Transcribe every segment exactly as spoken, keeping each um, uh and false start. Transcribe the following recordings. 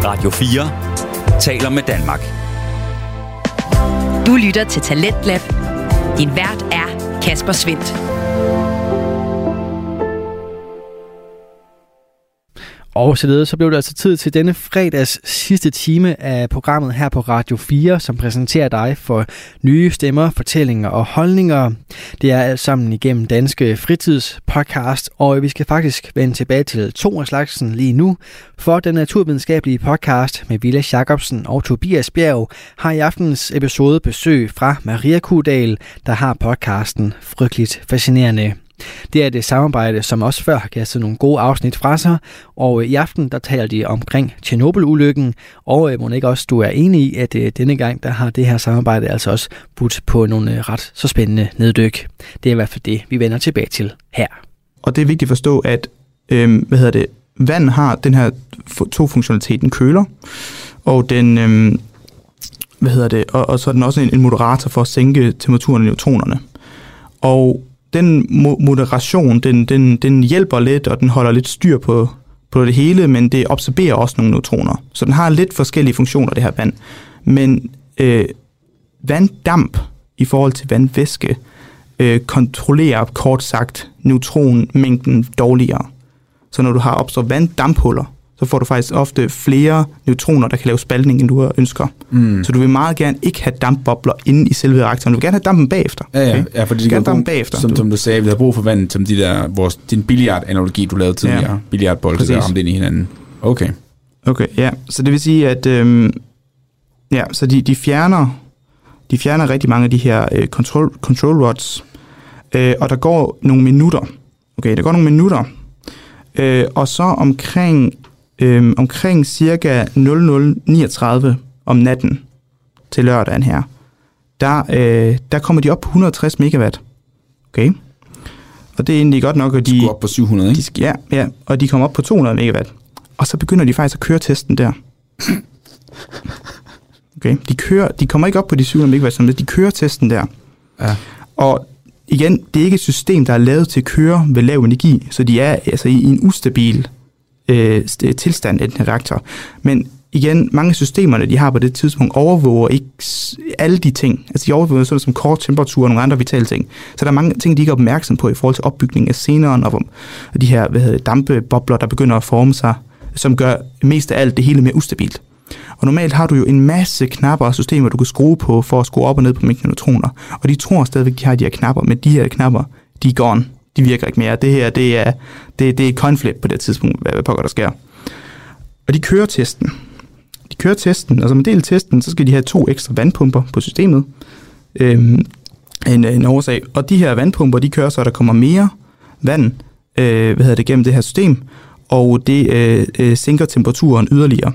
Radio fire taler med Danmark. Du lytter til Talentlab. Din vært er Kasper Svindt. Og således så blev det altså tid til denne fredags sidste time af programmet her på Radio fire, som præsenterer dig for nye stemmer, fortællinger og holdninger. Det er alt sammen igennem Danske Fritidspodcast, og vi skal faktisk vende tilbage til to af slagsen lige nu. For den naturvidenskabelige podcast med Vilas Jacobsen og Tobias Bjerg har i aftens episode besøg fra Maria Kudal, der har podcasten Frygteligt Fascinerende. Det er det samarbejde, som også før har kastet nogle gode afsnit fra sig, og i aften der taler de omkring Tjernobyl-ulykken, og må ikke også du er enig i, at denne gang der har det her samarbejde altså også budt på nogle ret så spændende neddyk. Det er i hvert fald det, vi vender tilbage til her. Og det er vigtigt at forstå, at øh, hvad hedder det, vand har den her to funktionalitet, den køler, og den øh, hvad hedder det, og, og så er den også en, en moderator for at sænke temperaturen af neutronerne. Og den moderation, den, den, den hjælper lidt, og den holder lidt styr på, på det hele, men det absorberer også nogle neutroner. Så den har lidt forskellige funktioner, det her vand. Men øh, vanddamp i forhold til vandvæske øh, kontrollerer kort sagt neutronmængden dårligere. Så når du har opstået vanddamphuller, så får du faktisk ofte flere neutroner, der kan lave spaltning, end du ønsker. Mm. Så du vil meget gerne ikke have dampbobler inde i selve reaktoren. Du vil gerne have dampen bagefter. Ja, ja. Okay? Ja, fordi det gerne dampen bagefter. Som, som du sagde, vi har brug for vand, som de der, vores, din billiard-analogi, du lavede tidligere. Ja. Billiardbolde, der ramte ind i hinanden. Okay. Okay, ja. Så det vil sige, at øhm, ja, så de, de, fjerner, de fjerner rigtig mange af de her øh, control, control rods, øh, og der går nogle minutter. Okay, der går nogle minutter. Øh, og så omkring Øhm, omkring cirka nul nul niogtredive om natten til lørdagen her, der, øh, der kommer de op på et hundrede og tres megawatt. Okay. Og det er egentlig godt nok, at de... Skulle op på syv hundrede, ikke? De, ja, ja, og de kommer op på to hundrede megawatt. Og så begynder de faktisk at køre testen der. Okay. De, kører, de kommer ikke op på de syv hundrede megawatt, men de kører testen der. Ja. Og igen, det er ikke et system, der er lavet til at køre ved lav energi, så de er altså i en ustabil Øh, tilstand af den her reaktor. Men igen, mange af systemerne, de har på det tidspunkt, overvåger ikke alle de ting. Altså de overvåger sådan som kort temperatur og nogle andre vitale ting. Så der er mange ting, de ikke er opmærksom på i forhold til opbygning af seneren og de her hvad hedder, dampebobler, der begynder at forme sig, som gør mest af alt det hele mere ustabilt. Og normalt har du jo en masse knapper og systemer, du kan skrue på for at skrue op og ned på mængden af neutroner. Og de tror stadigvæk, de har de her knapper, men de her knapper, de er gone. De virker ikke mere. Det her, det er, det, det er konflikt på det tidspunkt, hvad pokker der sker. Og de kører testen. De kører testen, og som en del af testen, så skal de have to ekstra vandpumper på systemet. Øhm, en, en årsag. Og de her vandpumper, de kører så, der kommer mere vand øh, hvad hedder det, gennem det her system, og det øh, øh, sænker temperaturen yderligere.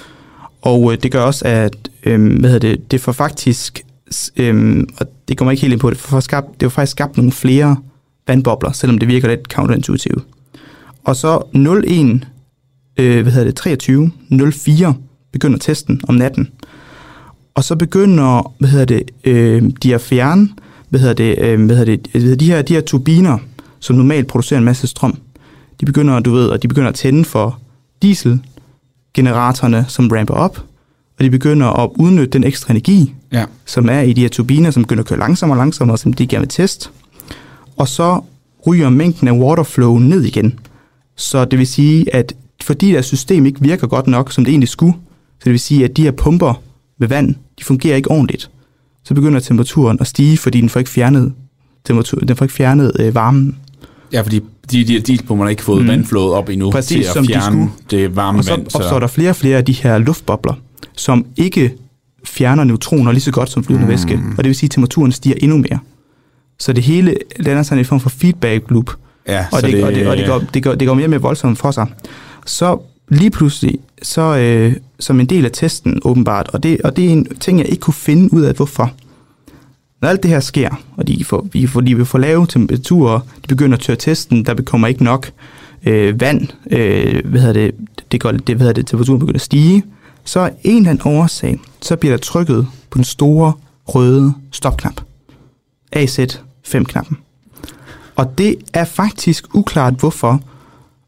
Og øh, det gør også, at øh, hvad hedder det, det får faktisk, øh, og det kommer ikke helt ind på det, for skabt, det har faktisk skabt nogle flere vandbobler, selvom det virker lidt counterintuitivt. Og så nul en, øh, hvad hedder det, treogtyve, nul fire begynder testen om natten. Og så begynder, hvad hedder det, øh, de at fjerne, hvad hedder det, øh, hvad hedder det, de her, de her turbiner, som normalt producerer en masse strøm. De begynder, du ved, og de begynder at tænde for dieselgeneratorerne, som ramper op, og de begynder at udnytte den ekstra energi, ja. som er i de her turbiner, som begynder at køre langsommere og langsommere, som de gerne vil teste. Og så ryger mængden af waterflow ned igen. Så det vil sige, at fordi deres system ikke virker godt nok, som det egentlig skulle, så det vil sige, at de her pumper med vand, de fungerer ikke ordentligt. Så begynder temperaturen at stige, fordi den får ikke fjernet, temperatur, den får ikke fjernet øh, varmen. Ja, fordi de, de, de pumperne ikke fået mm. vandflowet op endnu. Præcis, til at fjerne de det varme og så vand. Og så opstår der flere og flere af de her luftbobler, som ikke fjerner neutroner lige så godt som flydende mm. væske. Og det vil sige, at temperaturen stiger endnu mere. Så det hele lander sådan en form for feedback loop, ja, og, det, det, og, det, og det, går, det, går, det går mere og mere voldsomt for sig. Så lige pludselig, så øh, som en del af testen åbenbart, og det, og det er en ting, jeg ikke kunne finde ud af, hvorfor. Når alt det her sker, og de får, vi får, de vil få lave temperaturer, de begynder at tørre testen, der kommer ikke nok øh, vand, øh, hvad hedder det, det, går, det, hvad hedder det, temperaturen begynder at stige, så er en eller anden årsag, så bliver der trykket på den store røde stopknap. A Z fem-knappen. Og det er faktisk uklart, hvorfor.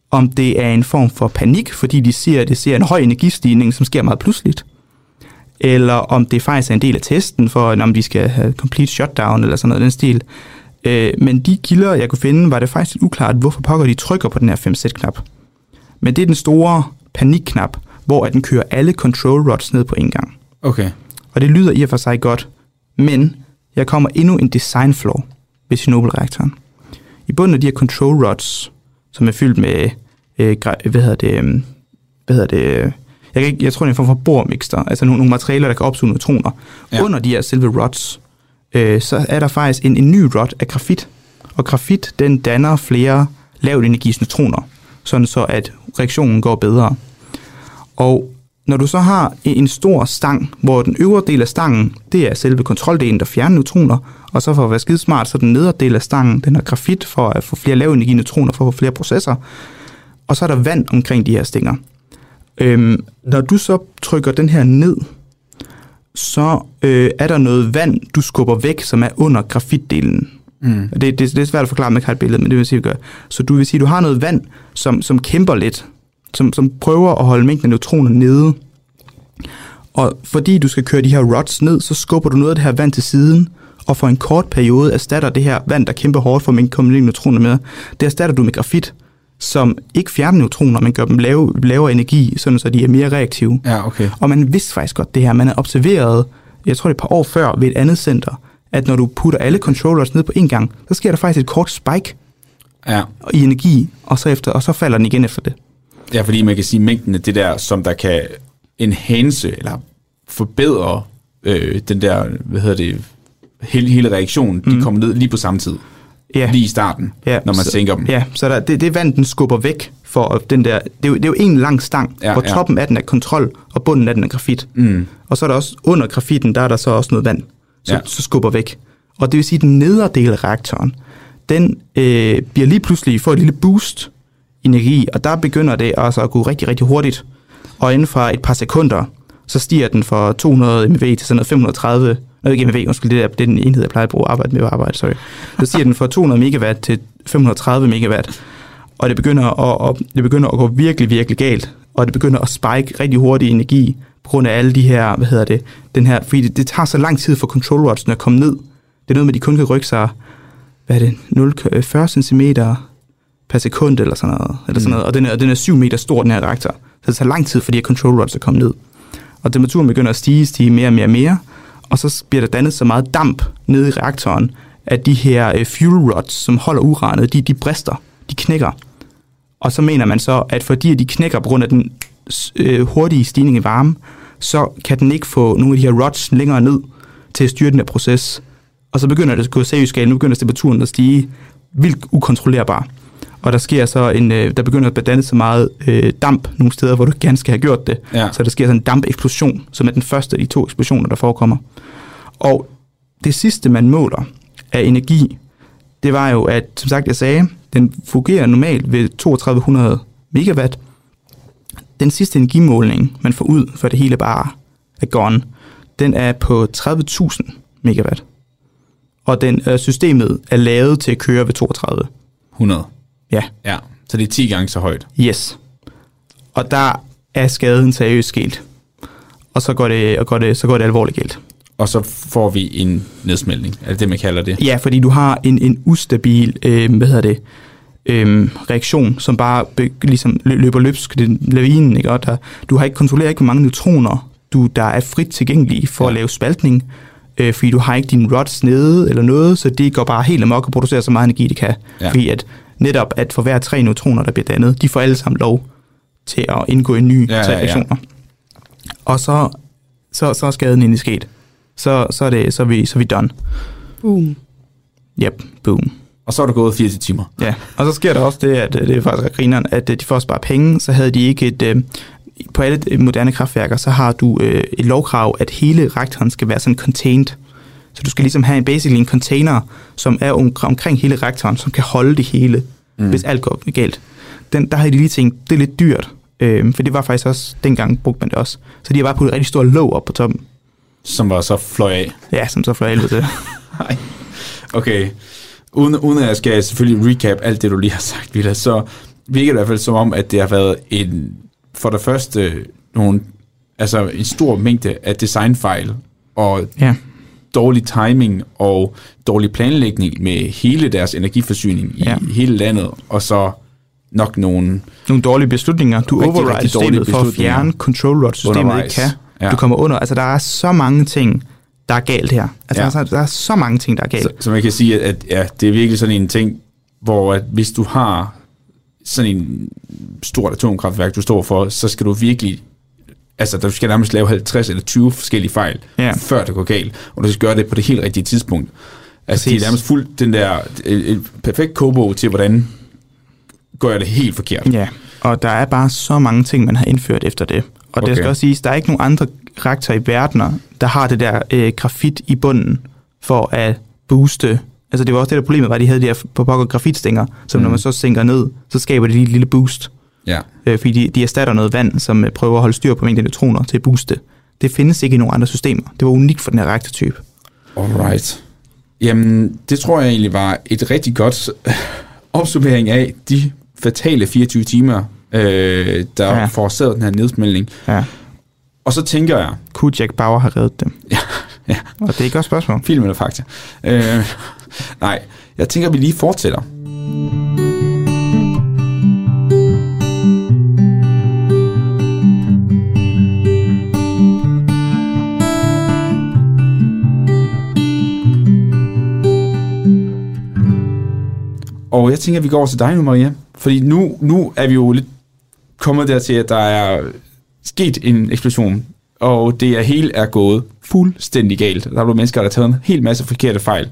om det er en form for panik, fordi de siger, at det ser en høj energistigning, som sker meget pludseligt, eller om det faktisk er en del af testen for, om de skal have complete shutdown eller sådan noget den stil. Øh, men de kilder, jeg kunne finde, var det faktisk lidt uklart, hvorfor pokker de trykker på den her fem sæt-knap. Men det er den store panikknap, hvor den kører alle control rods ned på en gang. Okay. Og det lyder i og for sig godt, men jeg kommer endnu en design flaw ved Chernobyl-reaktoren. I bunden af de her control rods, som er fyldt med, øh, hvad hedder det, øh, hvad hedder det, øh, jeg, kan ikke, jeg tror, det er en form for bormixter, altså nogle, nogle materialer, der kan opsuge neutroner. Ja. Under de her selve rods, øh, så er der faktisk en, en ny rod af grafit. Og grafit, den danner flere lavt energis neutroner, sådan så at reaktionen går bedre. Og når du så har en stor stang, hvor den øvre del af stangen, det er selve kontroldelen, der fjerner neutroner, og så for at være skidesmart, så den nedre del af stangen, den har grafit for at få flere lav energi neutroner, for at få flere processer, og så er der vand omkring de her stænger. Øhm, når du så trykker den her ned, så øh, er der noget vand, du skubber væk, som er under grafitdelen. Mm. Det, det, det er svært at forklare, om jeg ikke har et billede, men det vil sige, at så du vil sige, at du har noget vand, som, som kæmper lidt, som, som prøver at holde mængden af neutroner nede. Og fordi du skal køre de her rods ned, så skubber du noget af det her vand til siden, og for en kort periode erstatter det her vand, der kæmper hårdt for at komme neutroner med, det erstatter du med grafit, som ikke fjerner neutroner, men gør dem lave, lavere energi, sådan så de er mere reaktive. Ja, okay. Og man vidste faktisk godt det her. Man har observeret, jeg tror det er et par år før, ved et andet center, at når du putter alle controllers ned på en gang, så sker der faktisk et kort spike ja. i energi, og så, efter, og så falder den igen efter det. Ja, fordi man kan sige, mængden af det der, som der kan enhance, eller forbedre øh, den der, hvad hedder det, hele, hele reaktionen, mm. de kommer ned lige på samme tid. Ja. Lige i starten, ja, når man så, sænker dem. Ja, så der, det, det vand, den skubber væk for den der, det er jo, det er jo en lang stang, ja, hvor toppen ja. af den er kontrol, og bunden af den er grafit. Mm. Og så er der også, under grafitten, der er der så også noget vand, så, ja. så skubber væk. Og det vil sige, at den nedre del af reaktoren, den øh, bliver lige pludselig, får et lille boost energi, og der begynder det altså at gå rigtig, rigtig hurtigt. Og inden for et par sekunder, så stiger den fra to hundrede megawatt til sådan noget fem hundrede og tredive. Nå, ikke megawatt, undskyld, det er den enhed, jeg plejer at bruge arbejde med at arbejde, sorry. Så stiger den fra to hundrede megawatt til fem hundrede og tredive megawatt. Og det begynder at, og det begynder at gå virkelig, virkelig galt. Og det begynder at spike rigtig hurtig energi på grund af alle de her, hvad hedder det, den her, fordi det, det tager så lang tid for control rodsene at komme ned. Det er noget med, de kun kan rykke sig, hvad er det, nul komma fyrre centimeter per sekund eller sådan noget. Eller sådan noget. Og den er, den er syv meter stor, den her reaktor. Så det tager lang tid for de her control rods at komme ned. Og temperaturen begynder at stige, stige mere og mere og mere. Og så bliver der dannet så meget damp nede i reaktoren, at de her fuel rods, som holder uranet, de, de brister, de knækker. Og så mener man så, at fordi de knækker på grund af den øh, hurtige stigning i varme, så kan den ikke få nogle af de her rods længere ned til at styre den her proces. Og så begynder det at gå seriøst galt. Nu begynder temperaturen at stige vildt ukontrollerbar. Og der sker så en, øh, der begynder at danne så meget øh, damp nogle steder, hvor du gerne skal have gjort det. Ja. Så der sker sådan en dampeksplosion, som er den første af de to eksplosioner, der forekommer. Og det sidste, man måler af energi, det var jo, at, som sagt, jeg sagde, den fungerer normalt ved to tusind tre hundrede megawatt. Den sidste energimåling, man får ud, for det hele bare er gone, den er på tredive tusind megawatt. Og den, øh, systemet er lavet til at køre ved toogtredive. hundrede? Ja. Ja, så det er ti gange så højt. Yes. Og der er skaden seriøst sket. Og så går det, og går det, så går det alvorligt galt. Og så får vi en nedsmeltning, er det det, man kalder det? Ja, fordi du har en, en ustabil, øh, hvad hedder det, øh, reaktion, som bare be, ligesom løber løbsk, det lavinen, ikke? Og der, du har ikke kontrolleret ikke, hvor mange neutroner, du, der er frit tilgængelige for ja. at lave spaltning, øh, fordi du har ikke dine rods nede eller noget, så det går bare helt amok og producerer så meget energi, det kan. Ja. Fordi at netop, at for hver tre neutroner, der bliver dannet, de får alle sammen lov til at indgå i nye ja, reaktioner. Ja, ja. Og så, så, så er skaden egentlig sket. Så, så, er det, så, er vi, så er vi done. Boom. Yep, boom. Og så er der gået fireogtyve timer. Ja, og så sker der også det, at det er faktisk grineren, at de får at spare penge, så havde de ikke et... På alle moderne kraftværker, så har du et lovkrav, at hele reaktoren skal være sådan contained. Så du skal ligesom have en, basically en container, som er om, omkring hele reaktoren, som kan holde det hele, mm. hvis alt går galt. Den, der havde de lige tænkt, det er lidt dyrt, øh, for det var faktisk også, dengang brugte man det også. Så de har bare puttet et rigtig stort låg op på toppen. Som var så fløj af? Ja, som så fløj af det. Nej. Okay. Uden, uden at jeg skal selvfølgelig recap alt det, du lige har sagt, Villa, så virker i hvert fald som om, at det har været en, for det første nogle, altså en stor mængde af designfejl og ja. dårlig timing og dårlig planlægning med hele deres energiforsyning i ja. hele landet, og så nok nogle... Nogle dårlige beslutninger. Du overrider systemet for at fjerne control rod systemet ikke kan. Ja. Du kommer under. Altså, der er så mange ting, der er galt her. Altså, ja. der, er, der er så mange ting, der er galt. Så, så man kan sige, at ja, det er virkelig sådan en ting, hvor at hvis du har sådan en stort atomkraftværk, du står for, så skal du virkelig... Altså, du skal nærmest lave halvtreds eller tyve forskellige fejl, ja. før det går galt. Og du skal gøre det på det helt rigtige tidspunkt. Altså, Præcis. det er nærmest fuldt den der... Et, et perfekt kobo til, hvordan gør jeg det helt forkert. Ja, og der er bare så mange ting, man har indført efter det. Og okay. det skal også siges, der er ikke nogen andre reaktorer i verden, der har det der øh, grafit i bunden for at booste. Altså det var også det der problemet, var, at de havde de her på pokker grafitstænger, som mm. når man så sænker ned, så skaber det lige et lille boost. Ja. Øh, fordi de, de erstatter noget vand, som øh, prøver at holde styr på mængden neutroner til at booste. Det findes ikke i nogen andre systemer. Det var unikt for den her reaktortype. Alright. Jamen, det tror jeg egentlig var et rigtig godt opsummering af de fatale fireogtyve timer, øh, der ja. forårsagede den her nedsmeltning. Ja. Og så tænker jeg... Kunne Jack Bauer have reddet dem? Ja, ja. Og det er et godt spørgsmål. Film eller fakta? Øh, nej, jeg tænker, at vi lige fortsætter. Og jeg tænker, at vi går over til dig nu, Maria. Fordi nu, nu er vi jo lidt kommet dertil, at der er sket en eksplosion, og det er hele er gået fuldstændig galt. Der er nogle mennesker, der har taget en hel masse forkerte fejl.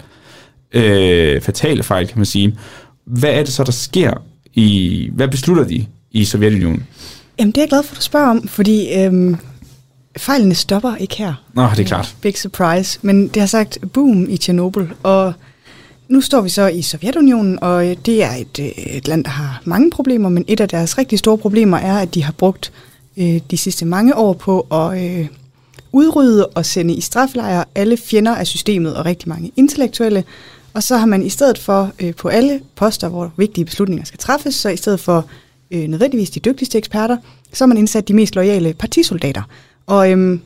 Øh, fatale fejl, kan man sige. Hvad er det så, der sker i... Hvad beslutter de i Sovjetunionen? Jamen, det er jeg glad for, at du spørger om, fordi øhm, fejlene stopper ikke her. Nå, det er klart. Big surprise. Men det har sagt boom i Tjernobyl, og nu står vi så i Sovjetunionen, og det er et, et land, der har mange problemer, men et af deres rigtig store problemer er, at de har brugt øh, de sidste mange år på at øh, udrydde og sende i straflejre alle fjender af systemet og rigtig mange intellektuelle. Og så har man i stedet for øh, på alle poster, hvor vigtige beslutninger skal træffes, så i stedet for øh, nødvendigvis de dygtigste eksperter, så har man indsat de mest loyale partisoldater. Og øhm,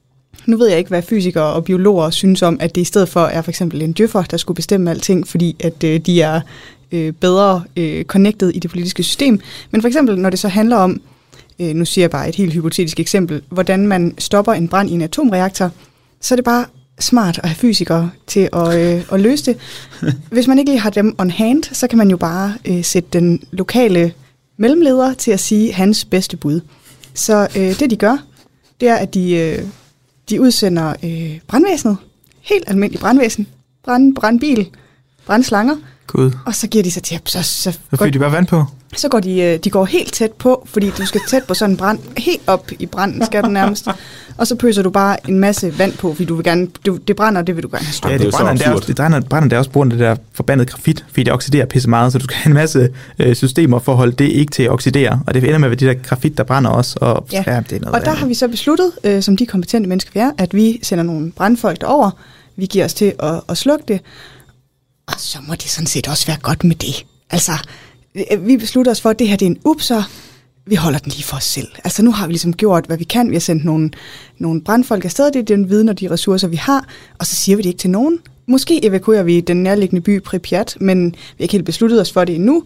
nu ved jeg ikke, hvad fysikere og biologer synes om, at det i stedet for er for eksempel en djøffer, der skulle bestemme alting, fordi at øh, de er øh, bedre øh, connected i det politiske system. Men for eksempel, når det så handler om, øh, nu siger jeg bare et helt hypotetisk eksempel, hvordan man stopper en brand i en atomreaktor, så er det bare smart at have fysikere til at, øh, at løse det. Hvis man ikke lige har dem on hand, så kan man jo bare øh, sætte den lokale mellemleder til at sige hans bedste bud. Så øh, det de gør, det er, at de... Øh, De udsender øh, brandvæsenet, helt almindelig brandvæsen, brand, brandbil, brandslanger, God. Og så giver de sig til, så, så, så går de bare vand på. Så går de, de går helt tæt på, fordi du skal tæt på sådan en brand, helt op i branden skal den nærmest, og så pøser du bare en masse vand på, fordi du vil gerne, du, det brænder, det vil du gerne have stået. Ja, det brænder, det er også, det brænder, brænder det også på grund af det der forbandede grafit, fordi det oxiderer pisse meget, så du skal have en masse øh, systemer for at holde det ikke til at oxidere, og det ender med, at det der grafit, der brænder også. Og, ja. Ja, det er noget og der har vi så besluttet, øh, som de kompetente mennesker vi er, at vi sender nogle brandfolk derover, vi giver os til at, at slukke det, og så må det sådan set også være godt med det. Altså, vi beslutter os for, at det her det er en upser, vi holder den lige for os selv. Altså, nu har vi ligesom gjort, hvad vi kan. Vi har sendt nogle, nogle brandfolk afsted, det er den viden og de ressourcer, vi har, og så siger vi det ikke til nogen. Måske evakuerer vi den nærliggende by Pripyat, men vi har ikke helt besluttet os for det endnu.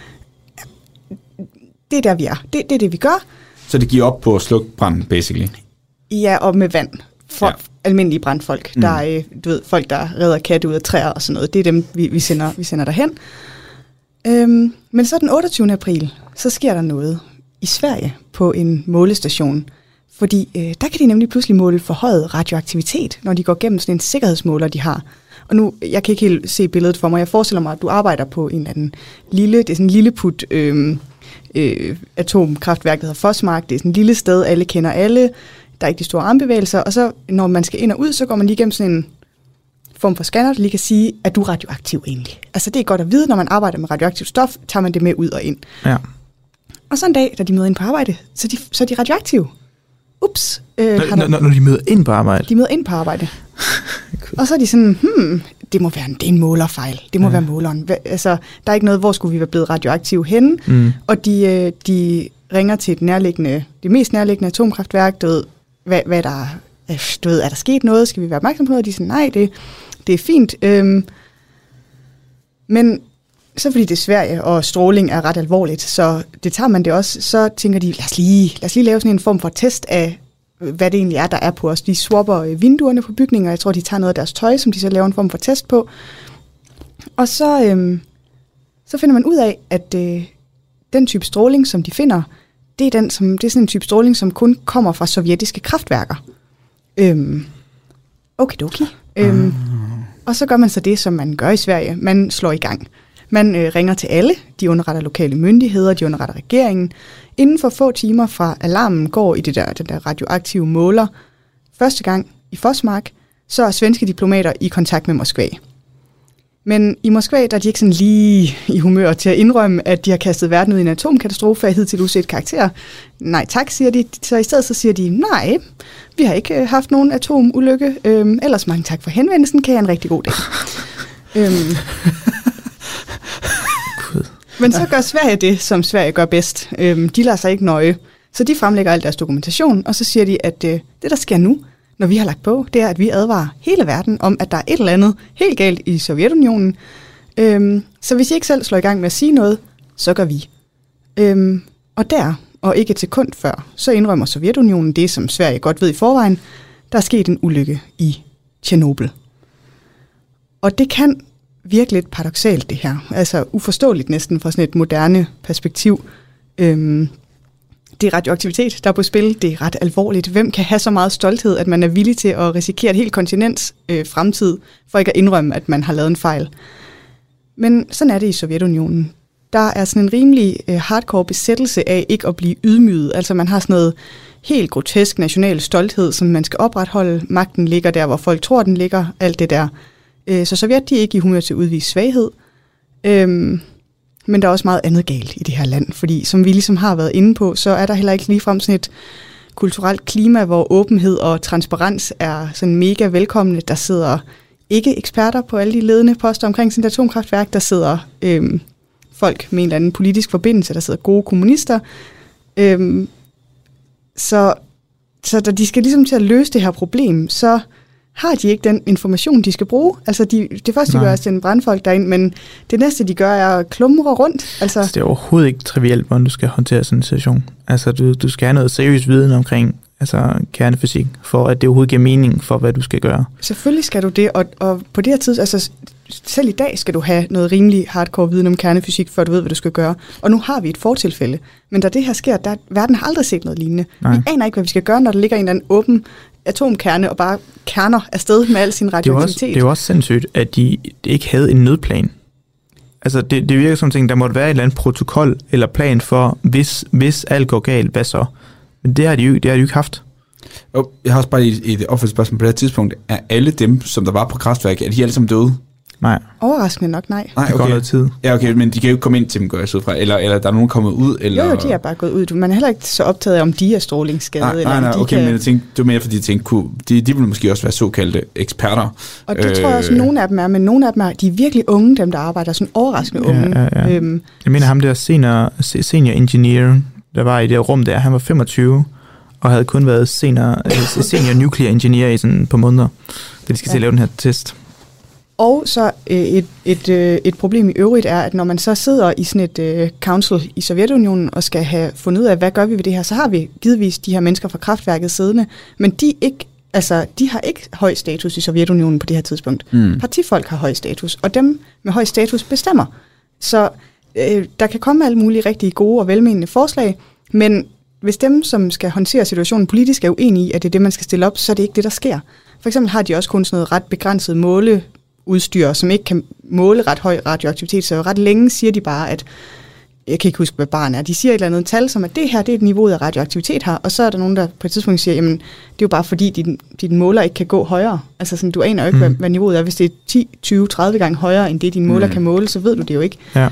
Det er der, vi er. Det, det er det, vi gør. Så det giver op på at slukke branden, basically? Ja, og med vand. For ja. Almindelige brandfolk. Mm. Der er, du ved, folk, der redder katte ud af træer og sådan noget. Det er dem, vi, vi, sender, vi sender derhen. Øhm, men så den otteogtyvende april, så sker der noget i Sverige på en målestation. Fordi øh, der kan de nemlig pludselig måle forhøjet radioaktivitet, når de går gennem sådan en sikkerhedsmåler, de har. Og nu, jeg kan ikke helt se billedet for mig. Jeg forestiller mig, at du arbejder på en eller anden lille, det er sådan en lilleput øh, øh, atomkraftværk, der hedder Forsmark. Det er sådan et lille sted, alle kender alle. Der er ikke de store armbevægelser. Og så, når man skal ind og ud, så går man lige gennem sådan en form for scanner, der lige kan sige, at du er radioaktiv egentlig. Altså det er godt at vide, når man arbejder med radioaktivt stof, tager man det med ud og ind. Ja. Og så en dag, da de møder ind på arbejde, så er de, så er de radioaktive. Ups. Øh, når, når, når de møder ind på arbejde? De møder ind på arbejde. Og så er de sådan, hmm, det må være en, det er en målerfejl. Det må ja. være måleren. Hva, altså, der er ikke noget, hvor skulle vi være blevet radioaktive henne. Mm. Og de, de ringer til et nærliggende, det mest nærliggende atomkraftværk. Du ved, hvad, hvad der, du ved, er der sket noget? Skal vi være opmærksom på noget? Og de siger, nej, det, det er fint. Øhm, men så fordi det er Sverige, og stråling er ret alvorligt, så det tager man det også, så tænker de, lad os lige, lad os lige lave sådan en form for test af, hvad det egentlig er, der er på os. De swapper vinduerne på bygninger, jeg tror, de tager noget af deres tøj, som de så laver en form for test på. Og så, øhm, så finder man ud af, at øh, den type stråling, som de finder, det er, den, som, det er sådan en type stråling, som kun kommer fra sovjetiske kraftværker. Øhm, okidoki. Øhm, og så gør man så det, som man gør i Sverige. Man slår i gang. Man øh, ringer til alle, de underretter lokale myndigheder, de underretter regeringen. Inden for få timer fra alarmen går i det der, den der radioaktive måler, første gang i Forsmark, så er svenske diplomater i kontakt med Moskva. Men i Moskva, der er de ikke sådan lige i humør til at indrømme, at de har kastet verden ud i en atomkatastrofe af hidtil uset karakter. Nej tak, siger de. Så i stedet så siger de, nej, vi har ikke haft nogen atomulykke. Øhm, ellers mange tak for henvendelsen, kan jeg en rigtig god dag. øhm. Men så gør Sverige det, som Sverige gør bedst. Øhm, de lader sig ikke nøje. Så de fremlægger al deres dokumentation, og så siger de, at øh, det, der sker nu, når vi har lagt på, det er, at vi advarer hele verden om, at der er et eller andet helt galt i Sovjetunionen. Øhm, så hvis I ikke selv slår i gang med at sige noget, så gør vi. Øhm, og der, og ikke et sekund før, så indrømmer Sovjetunionen det, som Sverige godt ved i forvejen. Der er sket en ulykke i Tjernobyl. Og det kan virkelig lidt paradoksalt, det her. Altså uforståeligt næsten fra sådan et moderne perspektiv. Øhm, det er radioaktivitet, der er på spil. Det er ret alvorligt. Hvem kan have så meget stolthed, at man er villig til at risikere et helt kontinents øh, fremtid, for ikke at indrømme, at man har lavet en fejl? Men sådan er det i Sovjetunionen. Der er sådan en rimelig øh, hardcore besættelse af ikke at blive ydmyget. Altså man har sådan noget helt grotesk national stolthed, som man skal opretholde. Magten ligger der, hvor folk tror, den ligger. Alt det der. Så Sovjet, de er ikke i humør til at udvise svaghed. Øhm, men der er også meget andet galt i det her land, fordi som vi ligesom har været inde på, så er der heller ikke ligefrem sådan et kulturelt klima, hvor åbenhed og transparens er sådan mega velkomne. Der sidder ikke eksperter på alle de ledende poster omkring sådan et atomkraftværk. Der sidder øhm, folk med en eller anden politisk forbindelse. Der sidder gode kommunister. Øhm, så, så da de skal ligesom til at løse det her problem, så har de ikke den information, de skal bruge. Altså, de, det første, de gør, er at sende brandfolk derind, men det næste, de gør, er at klumre rundt. Altså, det er overhovedet ikke trivielt, hvordan du skal håndtere sådan en situation. Altså, du, du skal have noget seriøs viden omkring altså, kernefysik, for at det overhovedet giver mening for, hvad du skal gøre. Selvfølgelig skal du det, og, og på det her tid, altså selv i dag skal du have noget rimelig hardcore viden om kernefysik, før du ved, hvad du skal gøre. Og nu har vi et fortilfælde. Men da det her sker, der, verden har aldrig set noget lignende. Nej. Vi aner ikke, hvad vi skal gøre, når der ligger en eller anden åben atomkerne og bare kerner afsted med al sin radioaktivitet. Det er jo også, også sindssygt, at de ikke havde en nødplan. Altså, det, det virker som ting, der måtte være et eller andet protokol eller plan for, hvis, hvis alt går galt, hvad så? Men det har de jo, det har de jo ikke haft. Oh, jeg har også bare et, et opfølgt spørgsmål på det her tidspunkt. Er alle dem, som der var på kraftværket, er de alle sammen døde? Nej. Overraskende nok, nej. Nej, okay. Det går noget tid. Ja, okay, men de kan jo ikke komme ind til dem, går jeg så fra. Eller, eller der er nogen kommet ud, eller... Jo, jo, de er bare gået ud. Man er heller ikke så optaget af, om de er strålingsskade. Nej, nej, nej, eller okay, kan... men jeg tænkte, det var mere, fordi jeg tænkte, kunne, de, de ville måske også være såkaldte eksperter. Og det øh... tror jeg også, nogle af dem er, men nogle af dem er, de er virkelig unge, dem der arbejder, sådan overraskende unge. Ja, ja, ja. Øhm... Jeg mener ham der senior, senior engineer, der var i det rum der, han var femogtyve, og havde kun været senior, senior nuclear engineer i sådan på måneder, da de skal ja. se at lave den her test. Og så øh, et, et, øh, et problem i øvrigt er, at når man så sidder i sådan et øh, council i Sovjetunionen og skal have fundet ud af, hvad gør vi ved det her, så har vi givetvis de her mennesker fra kraftværket siddende, men de, ikke, altså, de har ikke høj status i Sovjetunionen på det her tidspunkt. Mm. Partifolk har høj status, og dem med høj status bestemmer. Så øh, der kan komme alle mulige rigtig gode og velmenende forslag, men hvis dem, som skal håndtere situationen politisk, er uenige i, at det er det, man skal stille op, så er det ikke det, der sker. For eksempel har de også kun sådan noget ret begrænset måle udstyr, som ikke kan måle ret høj radioaktivitet, så ret længe siger de bare, at jeg kan ikke huske, hvad barn er. De siger et eller andet tal, som at det her, det er et niveau af radioaktivitet her, og så er der nogen, der på et tidspunkt siger, jamen, det er jo bare fordi, din, din måler ikke kan gå højere. Altså sådan, du aner jo ikke, mm. hvad, hvad niveauet er. Hvis det er ti, tyve, tredive gange højere, end det din måler mm. kan måle, så ved du det jo ikke. Ja.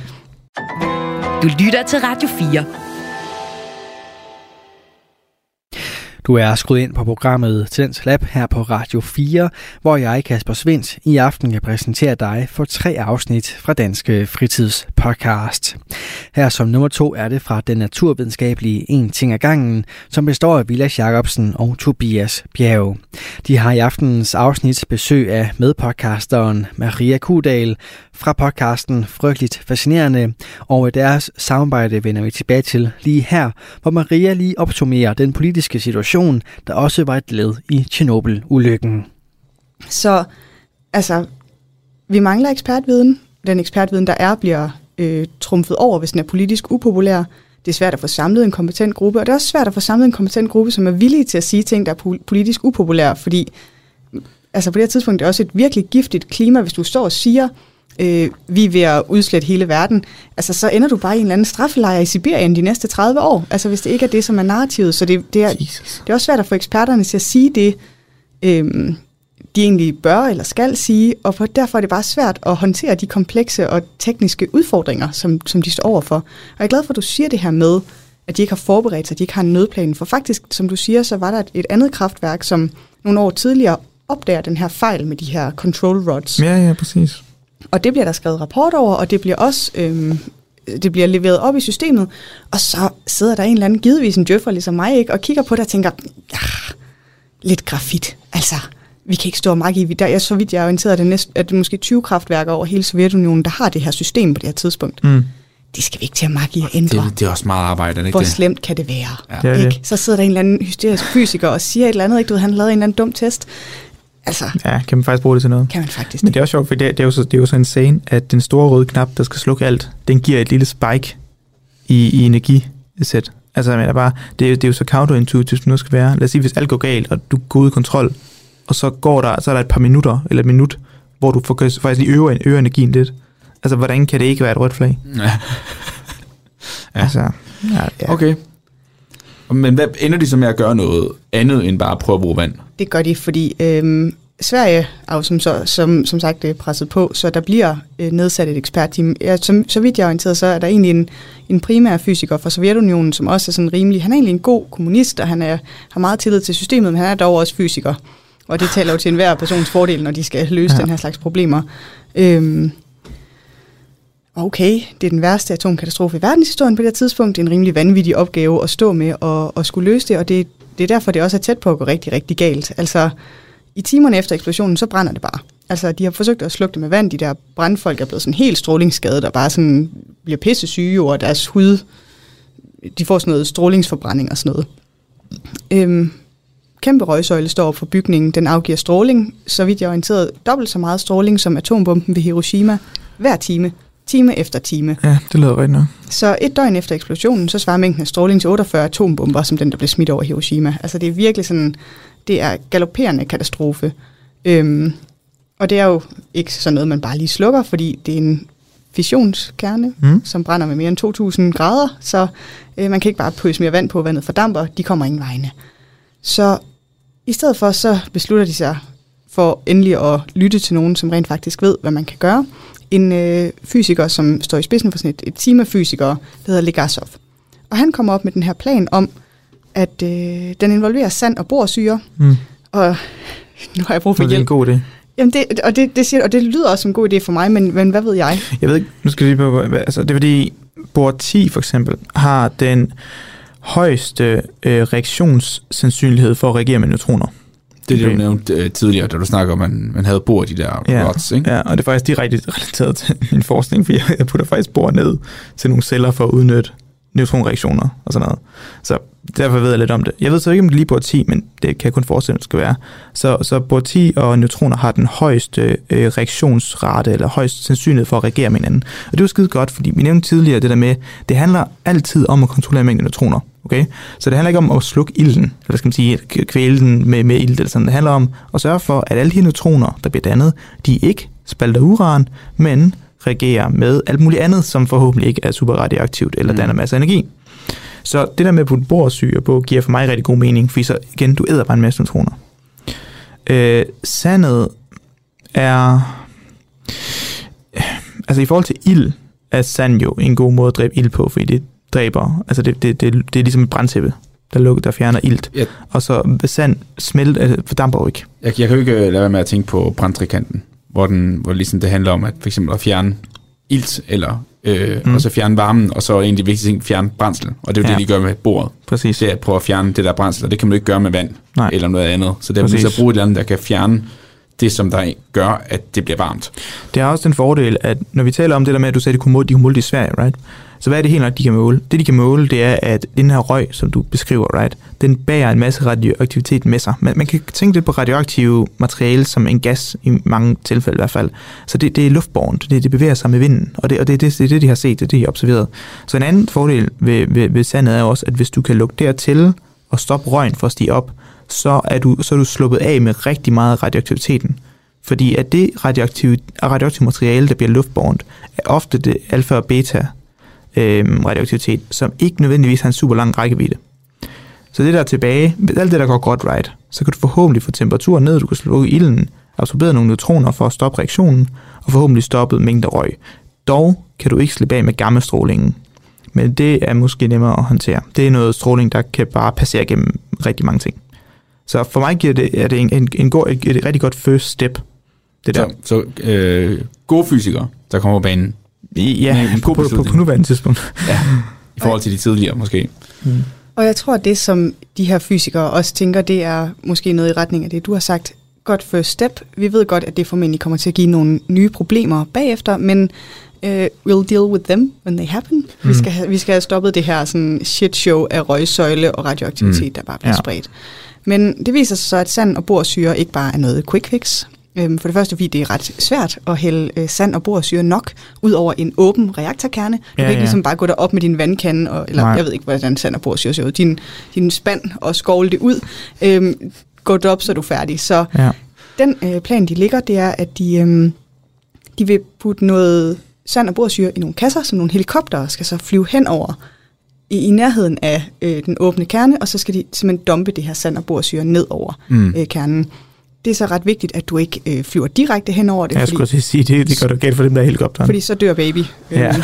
Du lytter til Radio fire. Du er skruet ind på programmet Tidens Lab her på Radio fire, hvor jeg, Kasper Svindt, i aften kan præsentere dig for tre afsnit fra Danske Fritidspodcast. Her som nummer to er det fra den naturvidenskabelige En Ting ad gangen, som består af Vilas Jacobsen og Tobias Bjerg. De har i aftenens afsnit besøg af medpodcasteren Maria Kudal fra podcasten Frygteligt Fascinerende, og deres samarbejde vender vi tilbage til lige her, hvor Maria lige opsummerer den politiske situation, der også var et led i Tjernobyl-ulykken. Så altså, vi mangler ekspertviden. Den ekspertviden, der er, bliver øh, trumfet over, hvis den er politisk upopulær. Det er svært at få samlet en kompetent gruppe, og det er også svært at få samlet en kompetent gruppe, som er villige til at sige ting, der er politisk upopulære, fordi altså på det her tidspunkt det er også et virkelig giftigt klima, hvis du står og siger, øh, vi er ved at udslette hele verden, altså så ender du bare i en eller anden straffelejr i Sibirien de næste tredive år, altså hvis det ikke er det, som er narrativet. Så det, det, er, det er også svært at få eksperterne til at sige det, øh, de egentlig bør eller skal sige, og for, derfor er det bare svært at håndtere de komplekse og tekniske udfordringer, som, som de står overfor. Og jeg er glad for, at du siger det her med, at de ikke har forberedt sig, at de ikke har en nødplan, for faktisk, som du siger, så var der et, et andet kraftværk, som nogle år tidligere opdager den her fejl med de her control rods. Ja, ja, præcis. Og det bliver der skrevet rapport over, og det bliver også øhm, det bliver leveret op i systemet, og så sidder der en eller anden, givetvis en djøffer ligesom mig, ikke, og kigger på det og tænker, ja, lidt grafit, altså, vi kan ikke stå og magge i. Der er så vidt jeg er orienteret, at det, næste, at det er måske tyve kraftværker over hele Sovjetunionen, der har det her system på det her tidspunkt. Mm. Det skal vi ikke til at magge i at ændre. Det, det er også meget arbejde, ikke? Hvor slemt kan det være? Ja. Ikke? Så sidder der en eller anden hysterisk fysiker og siger et eller andet, ikke? Du ved, han lavede en eller anden dum test. Altså, ja, kan man faktisk bruge det til noget? Kan man faktisk. Men det er også sjovt, for det, det, er jo så, det er jo så en scene, at den store røde knap, der skal slukke alt, den giver et lille spike i, i energisæt. Altså, men er bare, det, er, det er jo så counterintuitivt, som det skal være. Lad os sige, hvis alt går galt, og du går ud i kontrol, og så går der, så er der et par minutter, eller et minut, hvor du får, faktisk lige øger, øger energien lidt. Altså, hvordan kan det ikke være et rødt flag? Ja. Ja. Altså, ja, ja. Okay. Men hvad ender de så med at gøre noget andet, end bare at prøve at bruge vand? Det gør de, fordi øhm, Sverige er jo som, så, som, som sagt presset på, så der bliver øh, nedsat et ekspertteam. Ja, som, så vidt jeg er orienteret, så er der egentlig en, en primær fysiker fra Sovjetunionen, som også er sådan rimelig, han er egentlig en god kommunist, og han er, har meget tillid til systemet, men han er dog også fysiker. Og det taler jo til enhver persons fordel, når de skal løse ja. den her slags problemer. Øhm, okay, det er den værste atomkatastrofe i verdenshistorien på det her tidspunkt. Det er en rimelig vanvittig opgave at stå med og, og skulle løse det, og det, det er derfor, det også er tæt på at gå rigtig, rigtig galt. Altså, i timerne efter eksplosionen, så brænder det bare. Altså, de har forsøgt at slukke det med vand. De der brandfolk er blevet sådan helt strålingsskadet, og bare sådan bliver pissesyge, og deres hud, de får sådan noget strålingsforbrænding og sådan noget. Øhm, Kæmpe røgsøjle står op for bygningen. Den afgiver stråling, så vidt jeg er orienteret, dobbelt så meget stråling som atombomben ved Hiroshima hver time. Time efter time. Ja, det lyder rigtigt nok. Så et døgn efter eksplosionen, så svarer mængden af stråling til otteogfyrre atombomber, som den, der blev smidt over Hiroshima. Altså det er virkelig sådan, det er galopperende katastrofe. Øhm, og det er jo ikke sådan noget, man bare lige slukker, fordi det er en fissionskerne, mm. som brænder med mere end to tusind grader, så øh, man kan ikke bare pøse mere vand på, vandet fordamper, de kommer ingen vegne. Så i stedet for, så beslutter de sig for endelig at lytte til nogen, som rent faktisk ved, hvad man kan gøre. En øh, fysiker, som står i spidsen for sådan et, et team af fysikere, der hedder Legasov. Og han kommer op med den her plan om, at øh, den involverer sand og borsyre. Mm. Og nu har jeg brug for hjælp. Det er en god idé. Jamen det, og, det, det siger, og det lyder også som en god idé for mig, men, men hvad ved jeg? Jeg ved ikke, nu skal vi lige på, altså det er fordi, bor ti for eksempel har den højeste øh, reaktionssandsynlighed for at reagere med neutroner. Det er det, du nævnte øh, tidligere, da du snakker om, at man, man havde bor de der ja, rods, ikke? Ja, og det er faktisk direkte relateret til min forskning, for jeg, jeg putter faktisk bor ned til nogle celler for at udnytte neutronreaktioner og sådan noget. Så derfor ved jeg lidt om det. Jeg ved så ikke, om det lige bor ti, men det kan jeg kun forestille mig, det skal være. Så, så bor ti og neutroner har den højeste øh, reaktionsrate, eller højst sandsynlighed for at reagere med hinanden. Og det er jo skide godt, fordi vi nævnte tidligere det der med, det handler altid om at kontrollere mængden neutroner. Okay? Så det handler ikke om at slukke ilden, eller skal man sige, kvæle den med, med ild, eller sådan. Det handler om at sørge for, at alle de neutroner, der bliver dannet, de ikke spalter uran, men reagerer med alt muligt andet, som forhåbentlig ikke er super radioaktivt, eller mm. danner masser af energi. Så det der med at putte borsyre på, giver for mig rigtig god mening, fordi så igen, du æder bare en masse neutroner. Øh, sandet er... Altså i forhold til ild, er sand jo en god måde at dræbe ild på, fordi det dræber, altså det, det, det, det er ligesom et brandtæppe. der, lukker, der fjerner ilt. Ja. Og så sand smelt, altså, fordamper jo ikke. Jeg, jeg kan jo ikke lade være med at tænke på brandtrikanten, hvor, den, hvor ligesom det handler om at for eksempel at fjerne ilt, eller, øh, mm. og så fjerne varmen, og så er en af de vigtigste ting, fjerne brændsel. Og det er jo ja. det, de gør med bordet. Præcis. Det er at prøve at fjerne det der brændsel, og det kan man jo ikke gøre med vand Nej. eller noget andet. Så det er nødt til at bruge et eller andet, der kan fjerne det, som der gør, at det bliver varmt. Det er også den fordel, at når vi taler om det der med, at du sagde, at de kunne måle, de kunne måle det i Sverige, right? Så hvad er det helt nok, de kan måle? Det, de kan måle, det er, at den her røg, som du beskriver, right, den bærer en masse radioaktivitet med sig. Man, man kan tænke lidt på radioaktive materiale som en gas, i mange tilfælde i hvert fald. Så det, det er luftbårent, det, det bevæger sig med vinden, og det, og det, det, det er det, de har set, det er det, de har observeret. Så en anden fordel ved, ved, ved sandet er også, at hvis du kan lukke dertil og stoppe røgen for at stige op, så er du, så er du sluppet af med rigtig meget radioaktiviteten. Fordi at det radioaktive, radioaktive materiale, der bliver luftbårent, er ofte det alfa og beta øh, radioaktivitet, som ikke nødvendigvis har en super lang rækkevidde. Så det der er tilbage, alt det der går godt right, så kan du forhåbentlig få temperaturen ned, du kan slukke ilden, absorbere nogle neutroner for at stoppe reaktionen, og forhåbentlig stoppe mængder røg. Dog kan du ikke slippe af med gammastrålingen, men det er måske nemmere at håndtere. Det er noget stråling, der kan bare passere gennem rigtig mange ting. Så for mig giver det, er det en, en, en god, et, et rigtig godt first step. Det der. Så, så øh, gode fysikere, der kommer på banen. Ja, på, på, på, på nuværende tidspunkt. Ja, i forhold til de tidligere måske. Mm. Og jeg tror, at det, som de her fysikere også tænker, det er måske noget i retning af det, du har sagt. Godt first step. Vi ved godt, at det formentlig kommer til at give nogle nye problemer bagefter, men uh, we'll deal with them when they happen. Mm. Vi, skal have, vi skal have stoppet det her sådan shit show af røgsøjle og radioaktivitet, mm. der bare bliver ja. spredt. Men det viser sig så, at sand og borsyre ikke bare er noget quick fix. For det første, fordi det er ret svært at hælde sand og borsyre nok ud over en åben reaktorkerne. Du ja, kan ikke ja. ligesom bare gå derop med din vandkande, og, eller Nej. jeg ved ikke, hvordan sand og borsyre ser ud, din, din spand og skovle det ud. Øhm, gå derop, så er du færdig. Så ja. den øh, plan, de ligger, det er, at de, øhm, de vil putte noget sand og borsyre i nogle kasser, som nogle helikoptere skal så flyve hen over i, i nærheden af øh, den åbne kerne, og så skal de simpelthen dumpe det her sand og borsyre ned over mm. øh, kernen. Det er så ret vigtigt, at du ikke øh, flyver direkte hen over det. Jeg skulle også sige, det, det gør du galt for dem der helikopteren. Fordi så dør baby. Ja.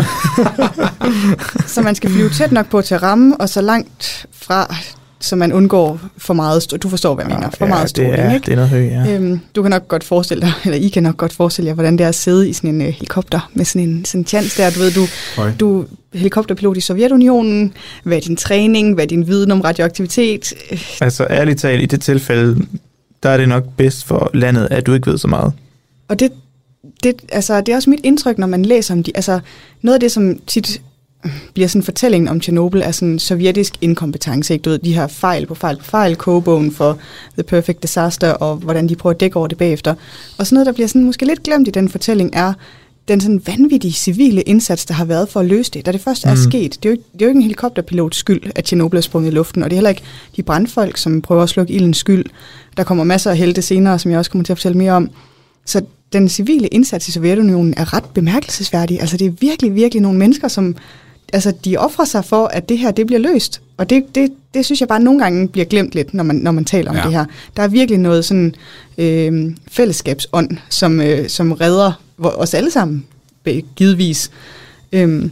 Så man skal flyve tæt nok på til at ramme, og så langt fra, så man undgår for meget, du forstår, hvad jeg mener, for ja, meget stråling. Det er, ikke? Det er noget højt, ja. Øhm, du kan nok godt forestille dig, eller I kan nok godt forestille jer, hvordan det er at sidde i sådan en uh, helikopter, med sådan en, sådan en chance der. Du ved, du, du helikopterpilot i Sovjetunionen, hvad er din træning, hvad er din viden om radioaktivitet? Altså ærligt talt, i det tilfælde, der er det nok bedst for landet, at du ikke ved så meget. Og det, det, altså, det er også mit indtryk, når man læser om de... Altså, noget af det, som tit bliver sådan en fortælling om Tjernobyl, er sådan sovjetisk inkompetence. Ikke? Du ved, de her fejl på fejl på fejl, kogebogen for The Perfect Disaster, og hvordan de prøver at dække over det bagefter. Og sådan noget, der bliver sådan måske lidt glemt i den fortælling, er den sådan vanvittige civile indsats, der har været for at løse det. Da det først er mm. sket, det er, jo ikke, det er jo ikke en helikopterpilots skyld, at Tjernobyl er sprunget i luften, og det er heller ikke de brandfolk, som prøver at slukke ildens skyld. Der kommer masser af helte senere, som jeg også kommer til at fortælle mere om. Så den civile indsats i Sovjetunionen er ret bemærkelsesværdig. Altså det er virkelig, virkelig nogle mennesker, som altså, de offrer sig for, at det her det bliver løst. Og det, det, det synes jeg bare nogle gange bliver glemt lidt, når man, når man taler om ja. det her. Der er virkelig noget sådan øh, fællesskabsånd, som, øh, som redder os alle sammen, givetvis. Øhm,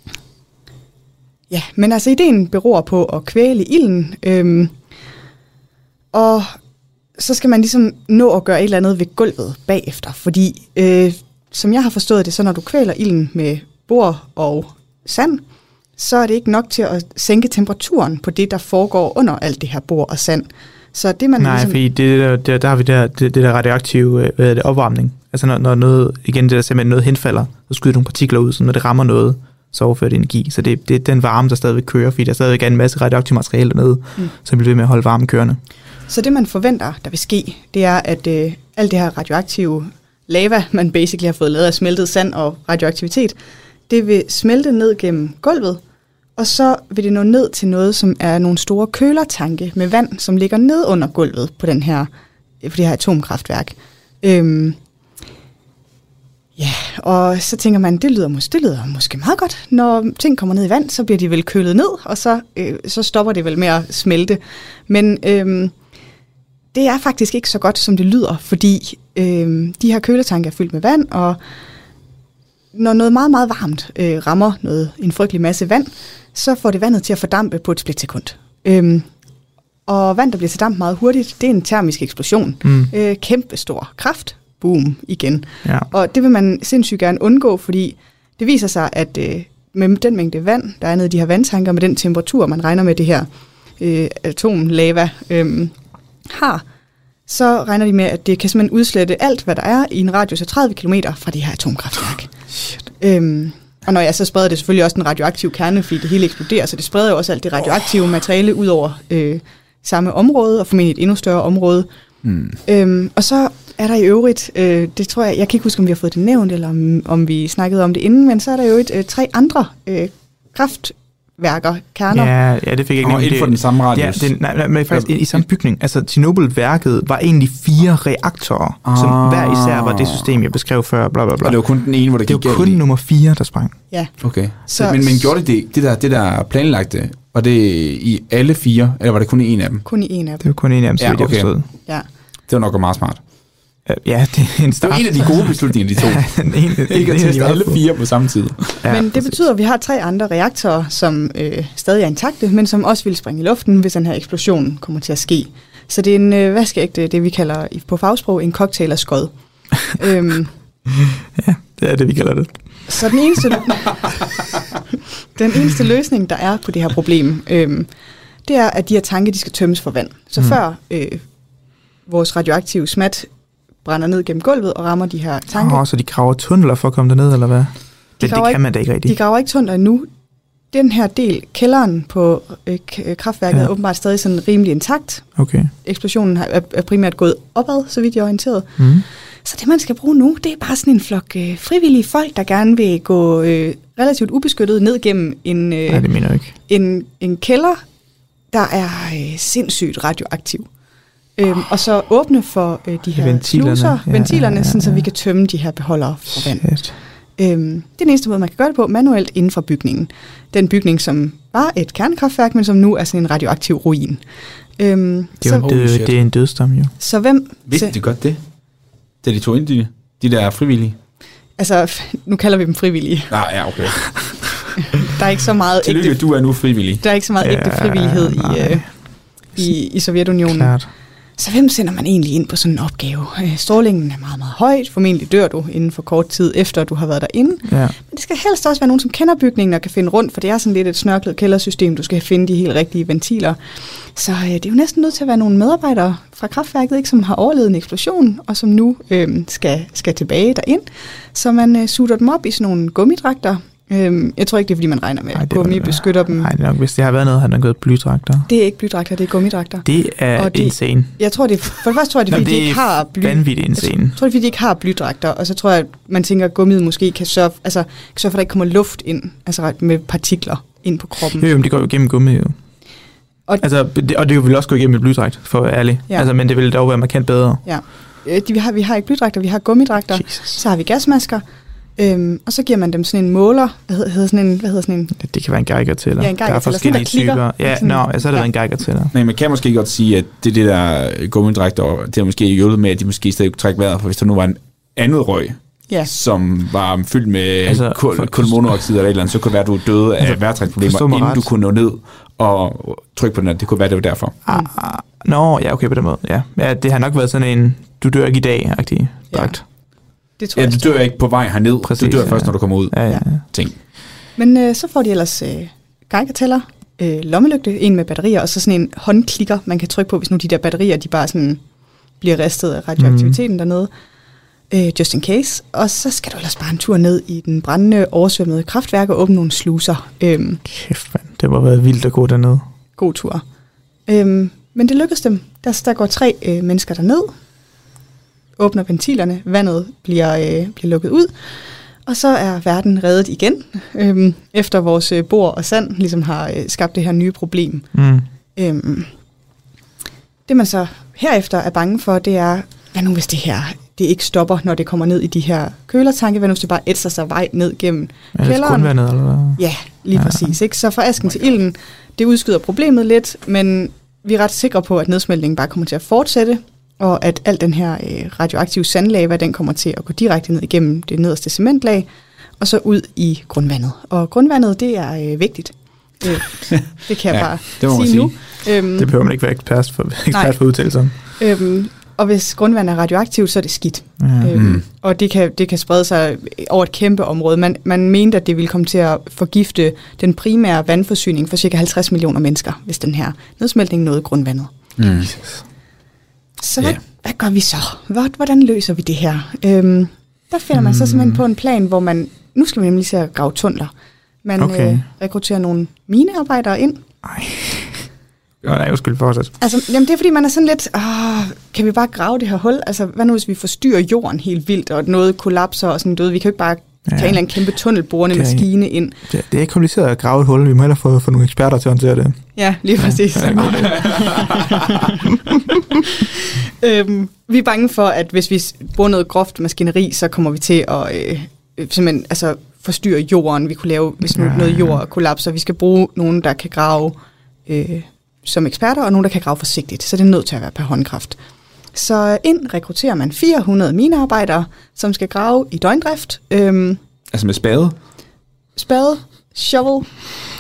ja, men altså ideen beror på at kvæle ilden, øhm, og så skal man ligesom nå at gøre et eller andet ved gulvet bagefter, fordi øh, som jeg har forstået det, så når du kvæler ilden med bor og sand, så er det ikke nok til at sænke temperaturen på det, der foregår under alt det her bor og sand. Så det man Nej, ligesom... fordi det, der, der, der har vi der, det, det der radioaktive hvad er det, opvarmning. Altså når, når noget, igen det der simpelthen noget henfalder, så skyder nogle partikler ud, så når det rammer noget, så overfører det energi. Så det, det er den varme, der stadigvæk kører, fordi der stadigvæk er en masse radioaktivt materiale dernede, mm. som bliver ved med at holde varmen kørende. Så det man forventer, der vil ske, det er, at øh, alt det her radioaktive lava, man basically har fået lavet af smeltet sand og radioaktivitet, det vil smelte ned gennem gulvet, og så vil det nå ned til noget, som er nogle store kølertanke med vand, som ligger ned under gulvet på, den her, på det her atomkraftværk. Øhm, ja, og så tænker man, det lyder, mås- det lyder måske meget godt. Når ting kommer ned i vand, så bliver de vel kølet ned, og så, øh, så stopper det vel med at smelte. Men øhm, det er faktisk ikke så godt, som det lyder, fordi øh, de her køletanke er fyldt med vand, og når noget meget, meget varmt øh, rammer noget, en frygtelig masse vand, så får det vandet til at fordampe på et splitsekund. Øhm, Og vand, der bliver til damp meget hurtigt, det er en termisk eksplosion. Mm. Øh, kæmpe stor kraft. Boom, igen. Ja. Og det vil man sindssygt gerne undgå, fordi det viser sig, at øh, med den mængde vand, der er nede i de her vandtanker, med den temperatur, man regner med det her øh, atomlava øh, har, så regner de med, at det kan simpelthen udslette alt, hvad der er i en radius af tredive kilometer fra det her atomkraftværk. Shit. Øhm, og når jeg så spreder det selvfølgelig også en radioaktiv kerne, fordi det hele eksploderer, så det spreder jo også alt det radioaktive oh. materiale ud over øh, samme område, og formentlig et endnu større område. Mm. Øhm, og så er der i øvrigt, øh, det tror jeg, jeg kan ikke huske, om vi har fået det nævnt, eller om, om vi snakkede om det inden, men så er der jo et øh, tre andre øh, kraftværker, kerner. Ja, ja, det fik jeg ikke nævnt. Inden for den samme radius. Ja, det, nej, nej, men faktisk i, i samme bygning. Altså, Tjernobyl-værket var egentlig fire reaktorer, ah. som hver især var det system, jeg beskrev før, bla bla bla. Og det var kun den ene, hvor det gik galt. Det var kun nummer fire, der sprang. Ja. Okay. Så, men, men gjorde det det, det der, det der planlagte, var det i alle fire, eller var det kun i en af dem? Kun i en af dem. Det var kun i en af dem, så ja, okay. jeg forstod. Ja. Det var nok meget smart. Ja, det er en start. Det var en af de gode beslutninger, de to. Ikke at teste alle fire på samme tid. Ja, men det præcis. Betyder, at vi har tre andre reaktorer, som øh, stadig er intakte, men som også vil springe i luften, hvis den her eksplosion kommer til at ske. Så det er en øh, vaskeægte, det vi kalder på fagsprog, en cocktail af skod. øhm, ja, det er det, vi kalder det. Så den eneste, den eneste løsning, der er på det her problem, øh, det er, at de her tanke, de skal tømmes for vand. Så mm. før øh, vores radioaktive smat brænder ned gennem gulvet og rammer de her tanke. Åh, så de graver tunneler for at komme derned, eller hvad? Det, det kan ikke, man da ikke rigtigt. De graver ikke tunneler endnu. Den her del, kælderen på øh, kraftværket, ja. er åbenbart stadig sådan rimelig intakt. Okay. Eksplosionen er, er primært gået opad, så vidt jeg er orienteret. Mm. Så det, man skal bruge nu, det er bare sådan en flok øh, frivillige folk, der gerne vil gå øh, relativt ubeskyttet ned gennem en, øh, Nej, det mener jeg ikke. en, en kælder, der er øh, sindssygt radioaktiv. Øhm, og så åbne for øh, de her ventilerne. sluser, ja, ventilerne, ja, ja, ja. sådan, så vi kan tømme de her beholdere for vand. Shit. Øhm, det er den eneste måde, man kan gøre det på, manuelt inden for bygningen. Den bygning, som var et kernekraftværk, men som nu er sådan en radioaktiv ruin. Øhm, det, er så, død, det er en dødsdom, jo. Så hvem... Vidste de godt det? Da de tog ind, de, de der frivillige? Altså, nu kalder vi dem frivillige. Nej, ja, okay. Der er ikke så meget Tillykke, ægte... du er nu frivillig. Der er ikke så meget ja, ægte frivillighed i, øh, i, i Sovjetunionen. Klart. Så hvem sender man egentlig ind på sådan en opgave? Strålingen er meget, meget højt. Formentlig dør du inden for kort tid, efter du har været derinde. Ja. Men det skal helst også være nogen, som kender bygningen og kan finde rundt, for det er sådan lidt et snørklet kældersystem. Du skal finde de helt rigtige ventiler. Så øh, det er jo næsten nødt til at være nogle medarbejdere fra kraftværket, ikke, som har overlevet en eksplosion, og som nu øh, skal, skal tilbage derind. Så man øh, sutter dem op i sådan nogle gummidragter. Øhm, jeg tror ikke, det er, fordi man regner med, at gummi beskytter dem. Nej, det er nok, hvis det har været noget, har den gået blydragter. Det er ikke blydragter, det er gummidragter. Det er og det, insane. Jeg tror, det, for det første tror jeg, det er, fordi Nå, de ikke har bly. Vanvittigt insane. Jeg tror, det er, fordi de ikke har blydragter, og så tror jeg, at man tænker, at gummiet måske kan sørge, altså, kan sørge for, at der ikke kommer luft ind, altså med partikler ind på kroppen. Jo, jo, men det går jo igennem gummi, jo. Og, altså, det, og det vil også gå igennem et blydragt, for at være ærlig. Ja. Altså, men det vil dog være markant bedre. Ja. De, vi, har, vi har ikke blydragter, vi har gummidragter. Jesus. Så har vi gasmasker. Øhm, og så giver man dem sådan en måler. Hvad hedder, hedder sådan en? Hvad hedder sådan en? Det, det kan være en Geiger-tæller. Ja, en Geiger-tæller. Der er forskellige typer. Ja, nå, no, så er det ja. en Geiger-tæller. Nej, man kan måske godt sige, at det det der gummidragter, det har måske hjulpet med, at de måske stadig kunne trække vejret, for hvis der nu var en andet røg, ja. som var fyldt med altså, kul- kulmonoxid eller et eller andet, så kunne det være, at du døde altså, af vejrtrækningsproblemer, inden ret. du kunne nå ned og trykke på den her. Det kunne være, det var derfor. Ah, nå, ja, okay på den måde. Ja. ja, det har nok været sådan en, du dør ikke i dag-agtig dragt. Ja. Det tror ja, du dør ikke på vej herned. Præcis, du dør ja. først, når du kommer ud. Ja, ja, ja. Ting. Men øh, så får de ellers øh, Geiger-tæller, øh, lommelygte, en med batterier, og så sådan en håndklikker, man kan trykke på, hvis nu de der batterier, de bare sådan bliver ristet af radioaktiviteten mm. dernede. Øh, just in case. Og så skal du ellers bare en tur ned i den brændende, oversvømmede kraftværk og åbne nogle sluser. Øhm, Kæft, man. Det må være vildt at gå derned. God tur. Øhm, men det lykkedes dem. Der, der går tre øh, mennesker derned, åbner ventilerne, vandet bliver, øh, bliver lukket ud, og så er verden reddet igen, øhm, efter vores øh, bord og sand ligesom har øh, skabt det her nye problem. Mm. Øhm, det man så herefter er bange for, det er, hvad nu hvis det her det ikke stopper, når det kommer ned i de her kølertanke, hvad nu hvis det bare ætser sig vej ned gennem ja, kælderen. Er det grundvandet, eller hvad? Ja, lige ja. præcis. Ikke? Så fra asken oh til ilden, det udskyder problemet lidt, men vi er ret sikre på, at nedsmeltningen bare kommer til at fortsætte, og at al den her øh, radioaktive sandlava, den kommer til at gå direkte ned igennem det nederste cementlag, og så ud i grundvandet. Og grundvandet, det er øh, vigtigt. Det, det kan jeg ja, bare det sige, sige nu. Øhm, det behøver man ikke være ekspert for, ekspert for udtalelser om. Øhm, og hvis grundvand er radioaktivt, så er det skidt. Ja. Øhm, mm. Og det kan, det kan sprede sig over et kæmpe område. Man, man mente, at det ville komme til at forgifte den primære vandforsyning for cirka halvtreds millioner mennesker, hvis den her nedsmeltning nåede grundvandet. Mm. Så hvad, yeah. hvad gør vi så? Hvordan løser vi det her? Øhm, der finder man mm. så simpelthen på en plan, hvor man, nu skal vi nemlig se at grave tunneler. Man okay. øh, rekrutterer nogle minearbejdere ind. Ej. Jo, nej, jeg skulle fortsætte. Altså, jamen det er fordi, man er sådan lidt, åh, kan vi bare grave det her hul? Altså, hvad nu hvis vi forstyrrer jorden helt vildt, og noget kollapser og sådan noget? Vi kan jo ikke bare ja. tage en eller anden kæmpe tunnelborende det er, maskine ind. Det, det er ikke kompliceret at grave et hul. Vi må hellere få, få nogle eksperter til at håndtere det. Ja, lige præcis. Ja, øhm, vi er bange for, at hvis vi bruger noget groft maskineri, så kommer vi til at øh, simpelthen altså, forstyrre jorden. Vi kunne lave, hvis nu ja. noget jord kollapser. Vi skal bruge nogen, der kan grave øh, som eksperter, og nogen, der kan grave forsigtigt. Så det er nødt til at være per håndkraft. Så ind rekrutterer man fire hundrede minearbejdere, som skal grave i døgndrift. Øhm, altså med spade? Spade, shovel.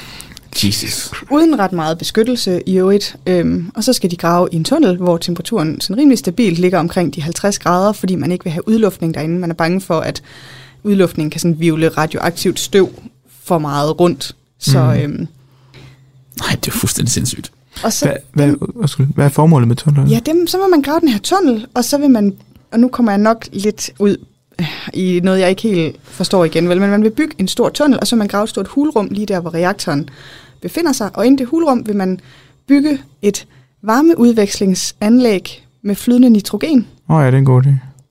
Jesus. Uden ret meget beskyttelse i øvrigt. Øhm, og så skal de grave i en tunnel, hvor temperaturen sådan rimelig stabilt ligger omkring de halvtreds grader, fordi man ikke vil have udluftning derinde. Man er bange for, at udluftningen kan sådan virvle radioaktivt støv for meget rundt. Så, mm. øhm, Nej, det er fuldstændig sindssygt. Og så, hvad, hvad, hvad er formålet med tunnelen? Ja, dem, så vil man grave den her tunnel, og så vil man, og nu kommer jeg nok lidt ud i noget, jeg ikke helt forstår igen, vel, men man vil bygge en stor tunnel, og så vil man grave et stort hulrum lige der, hvor reaktoren befinder sig, og inde i det hulrum vil man bygge et varmeudvekslingsanlæg med flydende nitrogen. Åh oh, ja, det er en god idé.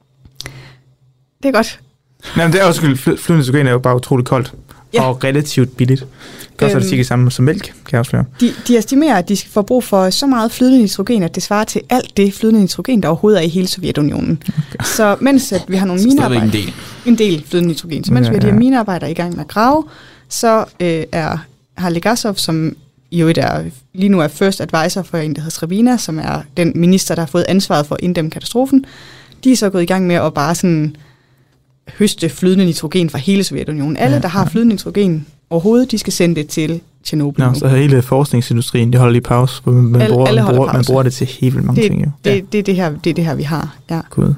Det er godt. Nej, men det er også skyld, flydende nitrogen er jo bare utroligt koldt, ja. Og relativt billigt. Det er også øhm, det samme som mælk, kan jeg afsløre. De, de estimerer, at de får brug for så meget flydende nitrogen, at det svarer til alt det flydende nitrogen, der overhovedet er i hele Sovjetunionen. Okay. Så mens at vi har nogle minearbejdere... en del. En del flydende nitrogen. Så mens ja, vi har de her minearbejdere i gang med at grave, så øh, er, har Legasov, som i øvrigt er, lige nu er first advisor for en, der hedder Srebina, som er den minister, der har fået ansvaret for at inddæmme katastrofen, de er så gået i gang med at bare sådan høste flydende nitrogen fra hele Sovjetunionen. Alle, ja, der har ja. flydende nitrogen overhovedet, de skal sende det til Tjernobyl. Nå, så hele forskningsindustrien, det holder lige pause, for man, alle, bruger, alle man, bruger, man bruger det til helt mange det, ting. Jo. Det, ja. det, det, er det, her, det er det her, vi har. Ja. Gud.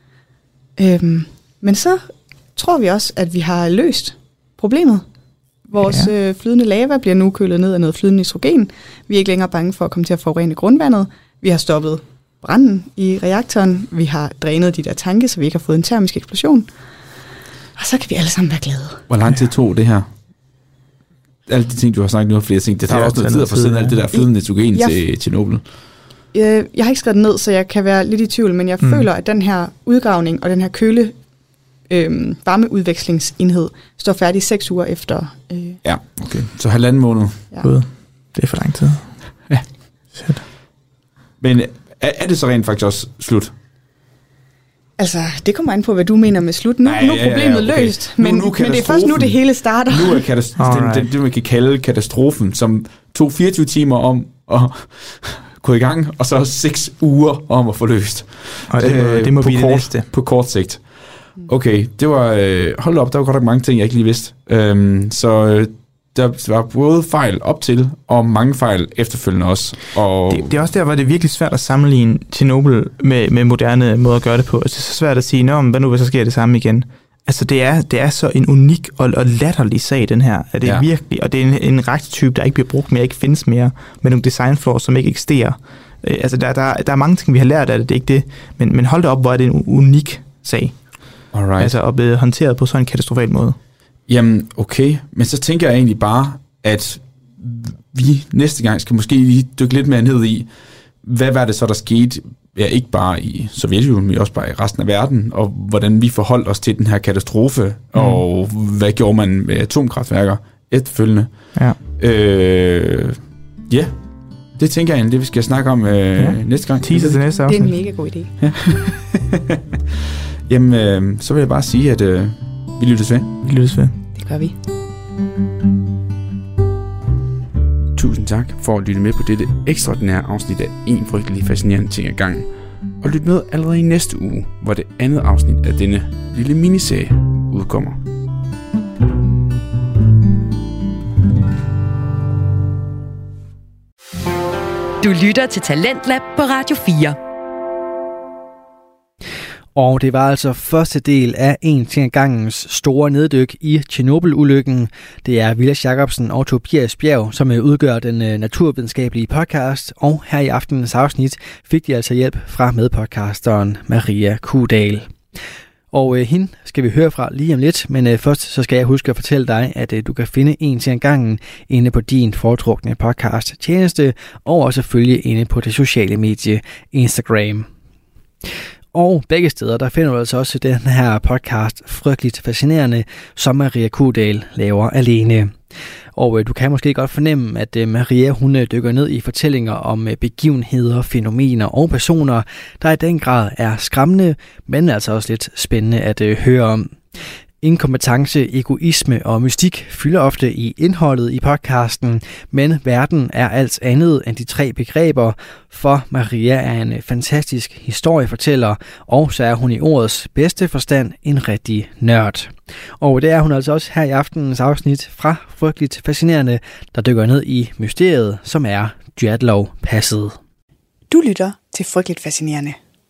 Øhm, men så tror vi også, at vi har løst problemet. Vores ja. øh, flydende lava bliver nu kølet ned af noget flydende nitrogen. Vi er ikke længere bange for at komme til at forurene grundvandet. Vi har stoppet branden i reaktoren. Vi har drænet de der tanke, så vi ikke har fået en termisk eksplosion. Og så kan vi alle sammen være glade. Hvor lang tid tog det her? Alle de ting, du har snakket nu, flere ting, det tager også noget tid at få sendt alt det der flydende nitrogen jeg, til Tjernobyl. Jeg, jeg har ikke skrevet det ned, så jeg kan være lidt i tvivl, men jeg mm. føler, at den her udgravning og den her køle øh, varmeudvekslingsenhed står færdig seks uger efter. Øh. Ja, okay. Så halvanden måned. Ja. Gud, det er for lang tid. Ja. Shit. Men er, er det så rent faktisk også slut? Altså, det kommer an på, hvad du mener med slut. Nu, Nej, nu er problemet ja, ja, okay. løst, men, nu, nu men det er først nu, det hele starter. Nu er katastrofen, den, den, det, man kan kalde katastrofen, som tog fireogtyve timer om at gå i gang, og så seks uger om at få løst. Og det, øh, det må blive det næste. På kort sigt. Okay, det var... Øh, hold op, der var godt nok mange ting, jeg ikke lige vidste. Øhm, så... Øh, der var både fejl op til, og mange fejl efterfølgende også. Og det, det er også der, hvor det er virkelig svært at sammenligne Tjernobyl med, med moderne måder at gøre det på. Altså, det er så svært at sige, nå, hvad nu hvis så sker det samme igen? Altså, det er, det er så en unik og, og latterlig sag, den her. At det er ja. virkelig, og det er en, en reaktortype, der ikke bliver brugt mere, ikke findes mere, med nogle designflaws, som ikke eksisterer. Øh, altså, der, der, der er mange ting, vi har lært af det, det er ikke det. Men, men hold det op, hvor er det en unik sag. Alright. Altså, og blevet håndteret på sådan en katastrofal måde. Jamen, okay. Men så tænker jeg egentlig bare, at vi næste gang skal måske lige dykke lidt mere ned i, hvad var det så, der skete, ja, ikke bare i Sovjetunionen, men også bare i resten af verden, og hvordan vi forholdt os til den her katastrofe, mm. og hvad gjorde man med atomkraftværker efterfølgende. Ja. Øh, yeah. Det tænker jeg egentlig, det vi skal snakke om øh, ja. næste gang. Teaser til næste afsnit. Det er en mega god idé. Ja. Jamen, øh, så vil jeg bare sige, at øh, vi lyttes ved. Vi lyttes ved. Det gør vi. Tusind tak for at lytte med på dette ekstraordinære afsnit af En frygtelig fascinerende ting ad gangen. Og lyt med allerede i næste uge, hvor det andet afsnit af denne lille miniserie udkommer. Du lytter til Talentlab på Radio fire. Og det var altså første del af en ting ad gangens store neddyk i Tjernobyl-ulykken. Det er Vilas Jacobsen og Tobias Bjerg, som udgør den naturvidenskabelige podcast. Og her i aftenens afsnit fik de altså hjælp fra medpodcasteren Maria Kudal. Og øh, hende skal vi høre fra lige om lidt, men øh, først så skal jeg huske at fortælle dig, at øh, du kan finde en ting ad gangen inde på din foretrukne podcast tjeneste, og selvfølgelig inde på det sociale medie Instagram. Og begge steder, der finder du altså også den her podcast Frygteligt Fascinerende, som Maria Kudal laver alene. Og øh, du kan måske godt fornemme, at øh, Maria hun øh, dykker ned i fortællinger om øh, begivenheder, fænomener og personer, der i den grad er skræmmende, men altså også lidt spændende at øh, høre om. Inkompetence, egoisme og mystik fylder ofte i indholdet i podcasten, men verden er alt andet end de tre begreber, for Maria er en fantastisk historiefortæller, og så er hun i ordets bedste forstand en rigtig nørd. Og det er hun altså også her i aftenens afsnit fra Frygteligt Fascinerende, der dykker ned i mysteriet, som er Djatlov-passet. Du lytter til Frygteligt Fascinerende.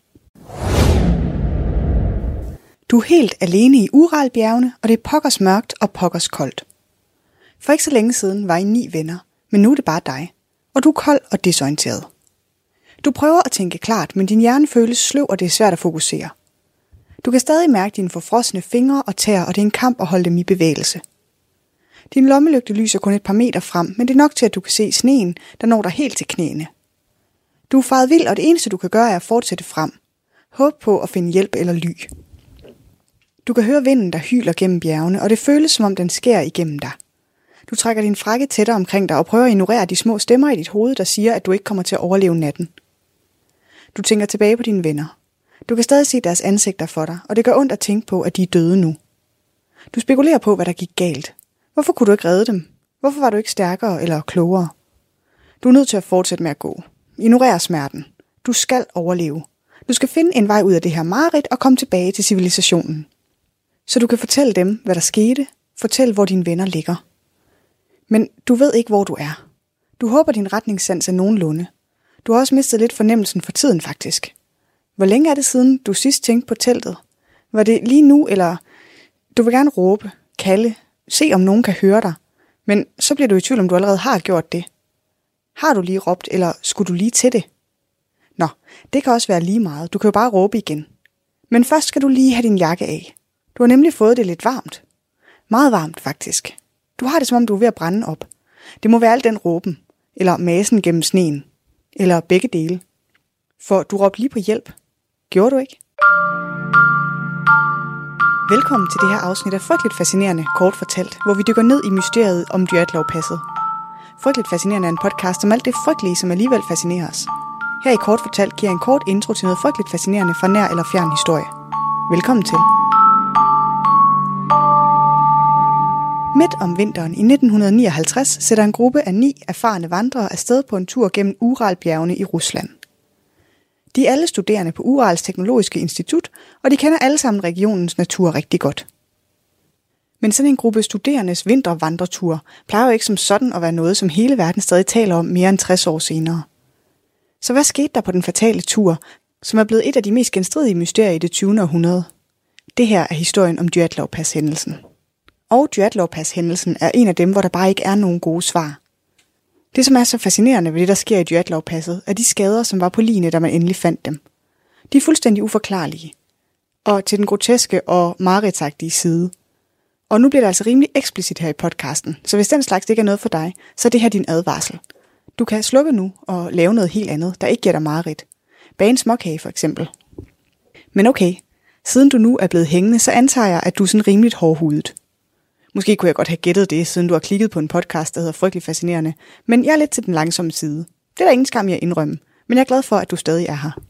Du er helt alene i Uralbjergene, og det er pokkers mørkt og pokkers koldt. For ikke så længe siden var I ni venner, men nu er det bare dig, og du er kold og desorienteret. Du prøver at tænke klart, men din hjerne føles sløv, og det er svært at fokusere. Du kan stadig mærke dine forfrosne fingre og tæer, og det er en kamp at holde dem i bevægelse. Din lommelygte lyser kun et par meter frem, men det er nok til, at du kan se sneen, der når dig helt til knæene. Du er faret vild, og det eneste du kan gøre er at fortsætte frem. Håb på at finde hjælp eller ly. Du kan høre vinden, der hyler gennem bjergene, og det føles, som om den skærer igennem dig. Du trækker din frakke tættere omkring dig og prøver at ignorere de små stemmer i dit hoved, der siger, at du ikke kommer til at overleve natten. Du tænker tilbage på dine venner. Du kan stadig se deres ansigter for dig, og det gør ondt at tænke på, at de er døde nu. Du spekulerer på, hvad der gik galt. Hvorfor kunne du ikke redde dem? Hvorfor var du ikke stærkere eller klogere? Du er nødt til at fortsætte med at gå. Ignorer smerten. Du skal overleve. Du skal finde en vej ud af det her mareridt og komme tilbage til civilisationen. Så du kan fortælle dem, hvad der skete, fortæl, hvor dine venner ligger. Men du ved ikke, hvor du er. Du håber, din retningssans er nogenlunde. Du har også mistet lidt fornemmelsen for tiden, faktisk. Hvor længe er det siden, du sidst tænkte på teltet? Var det lige nu, eller du vil gerne råbe, kalde, se om nogen kan høre dig, men så bliver du i tvivl, om du allerede har gjort det. Har du lige råbt, eller skulle du lige til det? Nå, det kan også være lige meget. Du kan jo bare råbe igen. Men først skal du lige have din jakke af. Du har nemlig fået det lidt varmt. Meget varmt, faktisk. Du har det, som om du er ved at brænde op. Det må være al den råben, eller masen gennem sneen, eller begge dele. For du råbte lige på hjælp. Gjorde du ikke? Velkommen til det her afsnit af Frygteligt Fascinerende, kort fortalt, hvor vi dykker ned i mysteriet om Djatlov-passet. Frygteligt Fascinerende er en podcast om alt det frygtelige, som alligevel fascinerer os. Her i Kort Fortalt giver jeg en kort intro til noget frygteligt fascinerende fra nær eller fjern historie. Velkommen til. Midt om vinteren i nitten nioghalvtreds sætter en gruppe af ni erfarne vandrere afsted på en tur gennem Uralbjergene i Rusland. De er alle studerende på Urals Teknologiske Institut, og de kender alle sammen regionens natur rigtig godt. Men sådan en gruppe studerendes vintervandretur plejer jo ikke som sådan at være noget, som hele verden stadig taler om mere end tres år senere. Så hvad skete der på den fatale tur, som er blevet et af de mest genstridige mysterier i det tyvende århundrede? Det her er historien om Djatlov-pas-hændelsen. Og Djatlov-pas-hændelsen er en af dem, hvor der bare ikke er nogen gode svar. Det, som er så fascinerende ved det, der sker i Djatlov-passet, er de skader, som var på ligene, da man endelig fandt dem. De er fuldstændig uforklarlige. Og til den groteske og mareridtsagtige side. Og nu bliver det altså rimelig eksplicit her i podcasten, så hvis den slags ikke er noget for dig, så er det her din advarsel. Du kan slukke nu og lave noget helt andet, der ikke giver dig mareridt. Bage en småkage for eksempel. Men okay, siden du nu er blevet hængende, så antager jeg, at du er sådan rimeligt hårdhudet. Måske kunne jeg godt have gættet det, siden du har klikket på en podcast, der hedder Frygteligt Fascinerende, men jeg er lidt til den langsomme side. Det er der ingen skam i at indrømme, men jeg er glad for, at du stadig er her.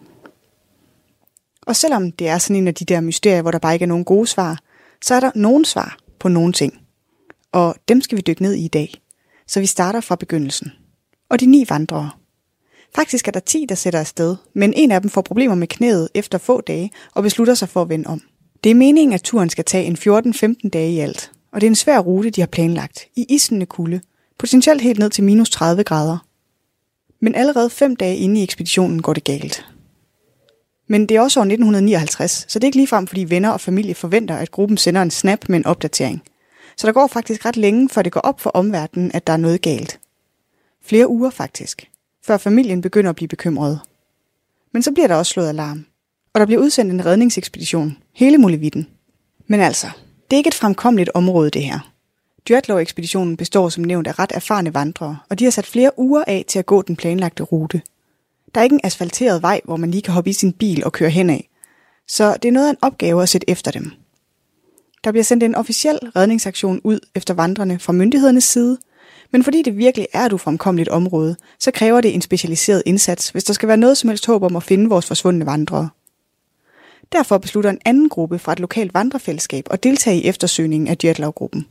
Og selvom det er sådan en af de der mysterier, hvor der bare ikke er nogen gode svar, så er der nogen svar på nogle ting. Og dem skal vi dykke ned i i dag. Så vi starter fra begyndelsen. Og de ni vandrere. Faktisk er der ti, der sætter afsted, men en af dem får problemer med knæet efter få dage og beslutter sig for at vende om. Det er meningen, at turen skal tage en fjorten til femten dage i alt, og det er en svær rute, de har planlagt, i isende kulde, potentielt helt ned til minus tredive grader. Men allerede fem dage inde i ekspeditionen går det galt. Men det er også år nitten nioghalvtreds, så det er ikke ligefrem, fordi venner og familie forventer, at gruppen sender en snap med en opdatering. Så der går faktisk ret længe, før det går op for omverdenen, at der er noget galt. Flere uger faktisk, før familien begynder at blive bekymret. Men så bliver der også slået alarm, og der bliver udsendt en redningsekspedition, hele muligheden. Men altså, det er ikke et fremkommeligt område det her. Djatlov-ekspeditionen består som nævnt af ret erfarne vandrere, og de har sat flere uger af til at gå den planlagte rute. Der er ikke en asfalteret vej, hvor man lige kan hoppe i sin bil og køre henad, så det er noget af en opgave at sætte efter dem. Der bliver sendt en officiel redningsaktion ud efter vandrerne fra myndighedernes side, men fordi det virkelig er et ufremkommeligt område, så kræver det en specialiseret indsats, hvis der skal være noget som helst håb om at finde vores forsvundne vandrere. Derfor beslutter en anden gruppe fra et lokalt vandrefællesskab at deltage i eftersøgningen af Djatlov-gruppen.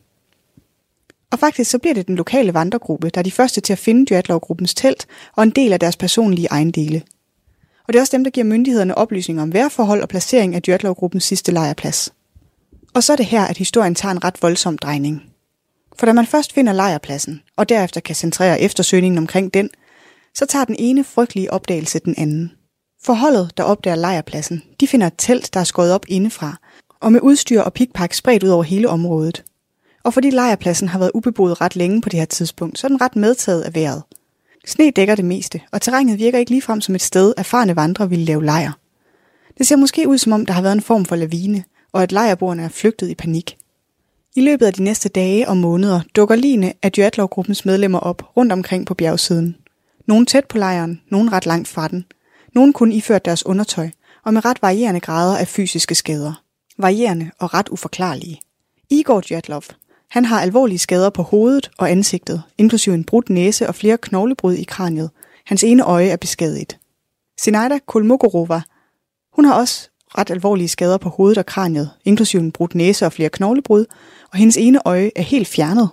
Og faktisk så bliver det den lokale vandregruppe, der er de første til at finde Djatlov-gruppens telt og en del af deres personlige ejendele. Og det er også dem, der giver myndighederne oplysninger om vejrforhold og placering af Djatlov-gruppens sidste lejrplads. Og så er det her, at historien tager en ret voldsom drejning. For da man først finder lejrpladsen, og derefter kan centrere eftersøgningen omkring den, så tager den ene frygtelige opdagelse den anden. Forholdet, der opdager lejrpladsen, de finder et telt, der er skåret op indefra, og med udstyr og pikpak spredt ud over hele området. Og fordi lejrpladsen har været ubeboet ret længe på det her tidspunkt, så er den ret medtaget af vejret. Sne dækker det meste, og terrænet virker ikke ligefrem som et sted, erfarne vandrere ville lave lejr. Det ser måske ud som om, der har været en form for lavine, og at lejrboerne er flygtet i panik. I løbet af de næste dage og måneder dukker ligene af Djatlov-gruppens medlemmer op rundt omkring på bjergsiden. Nogle tæt på lejren, nogle ret langt fra den. Nogle kun iført deres undertøj, og med ret varierende grader af fysiske skader. Varierende og ret uforklarlige. Igor Djatlov, han har alvorlige skader på hovedet og ansigtet, inklusive en brudt næse og flere knoglebrud i kraniet. Hans ene øje er beskadiget. Zenaida Kolmogorova, hun har også ret alvorlige skader på hovedet og kraniet, inklusive en brudt næse og flere knoglebrud, og hendes ene øje er helt fjernet.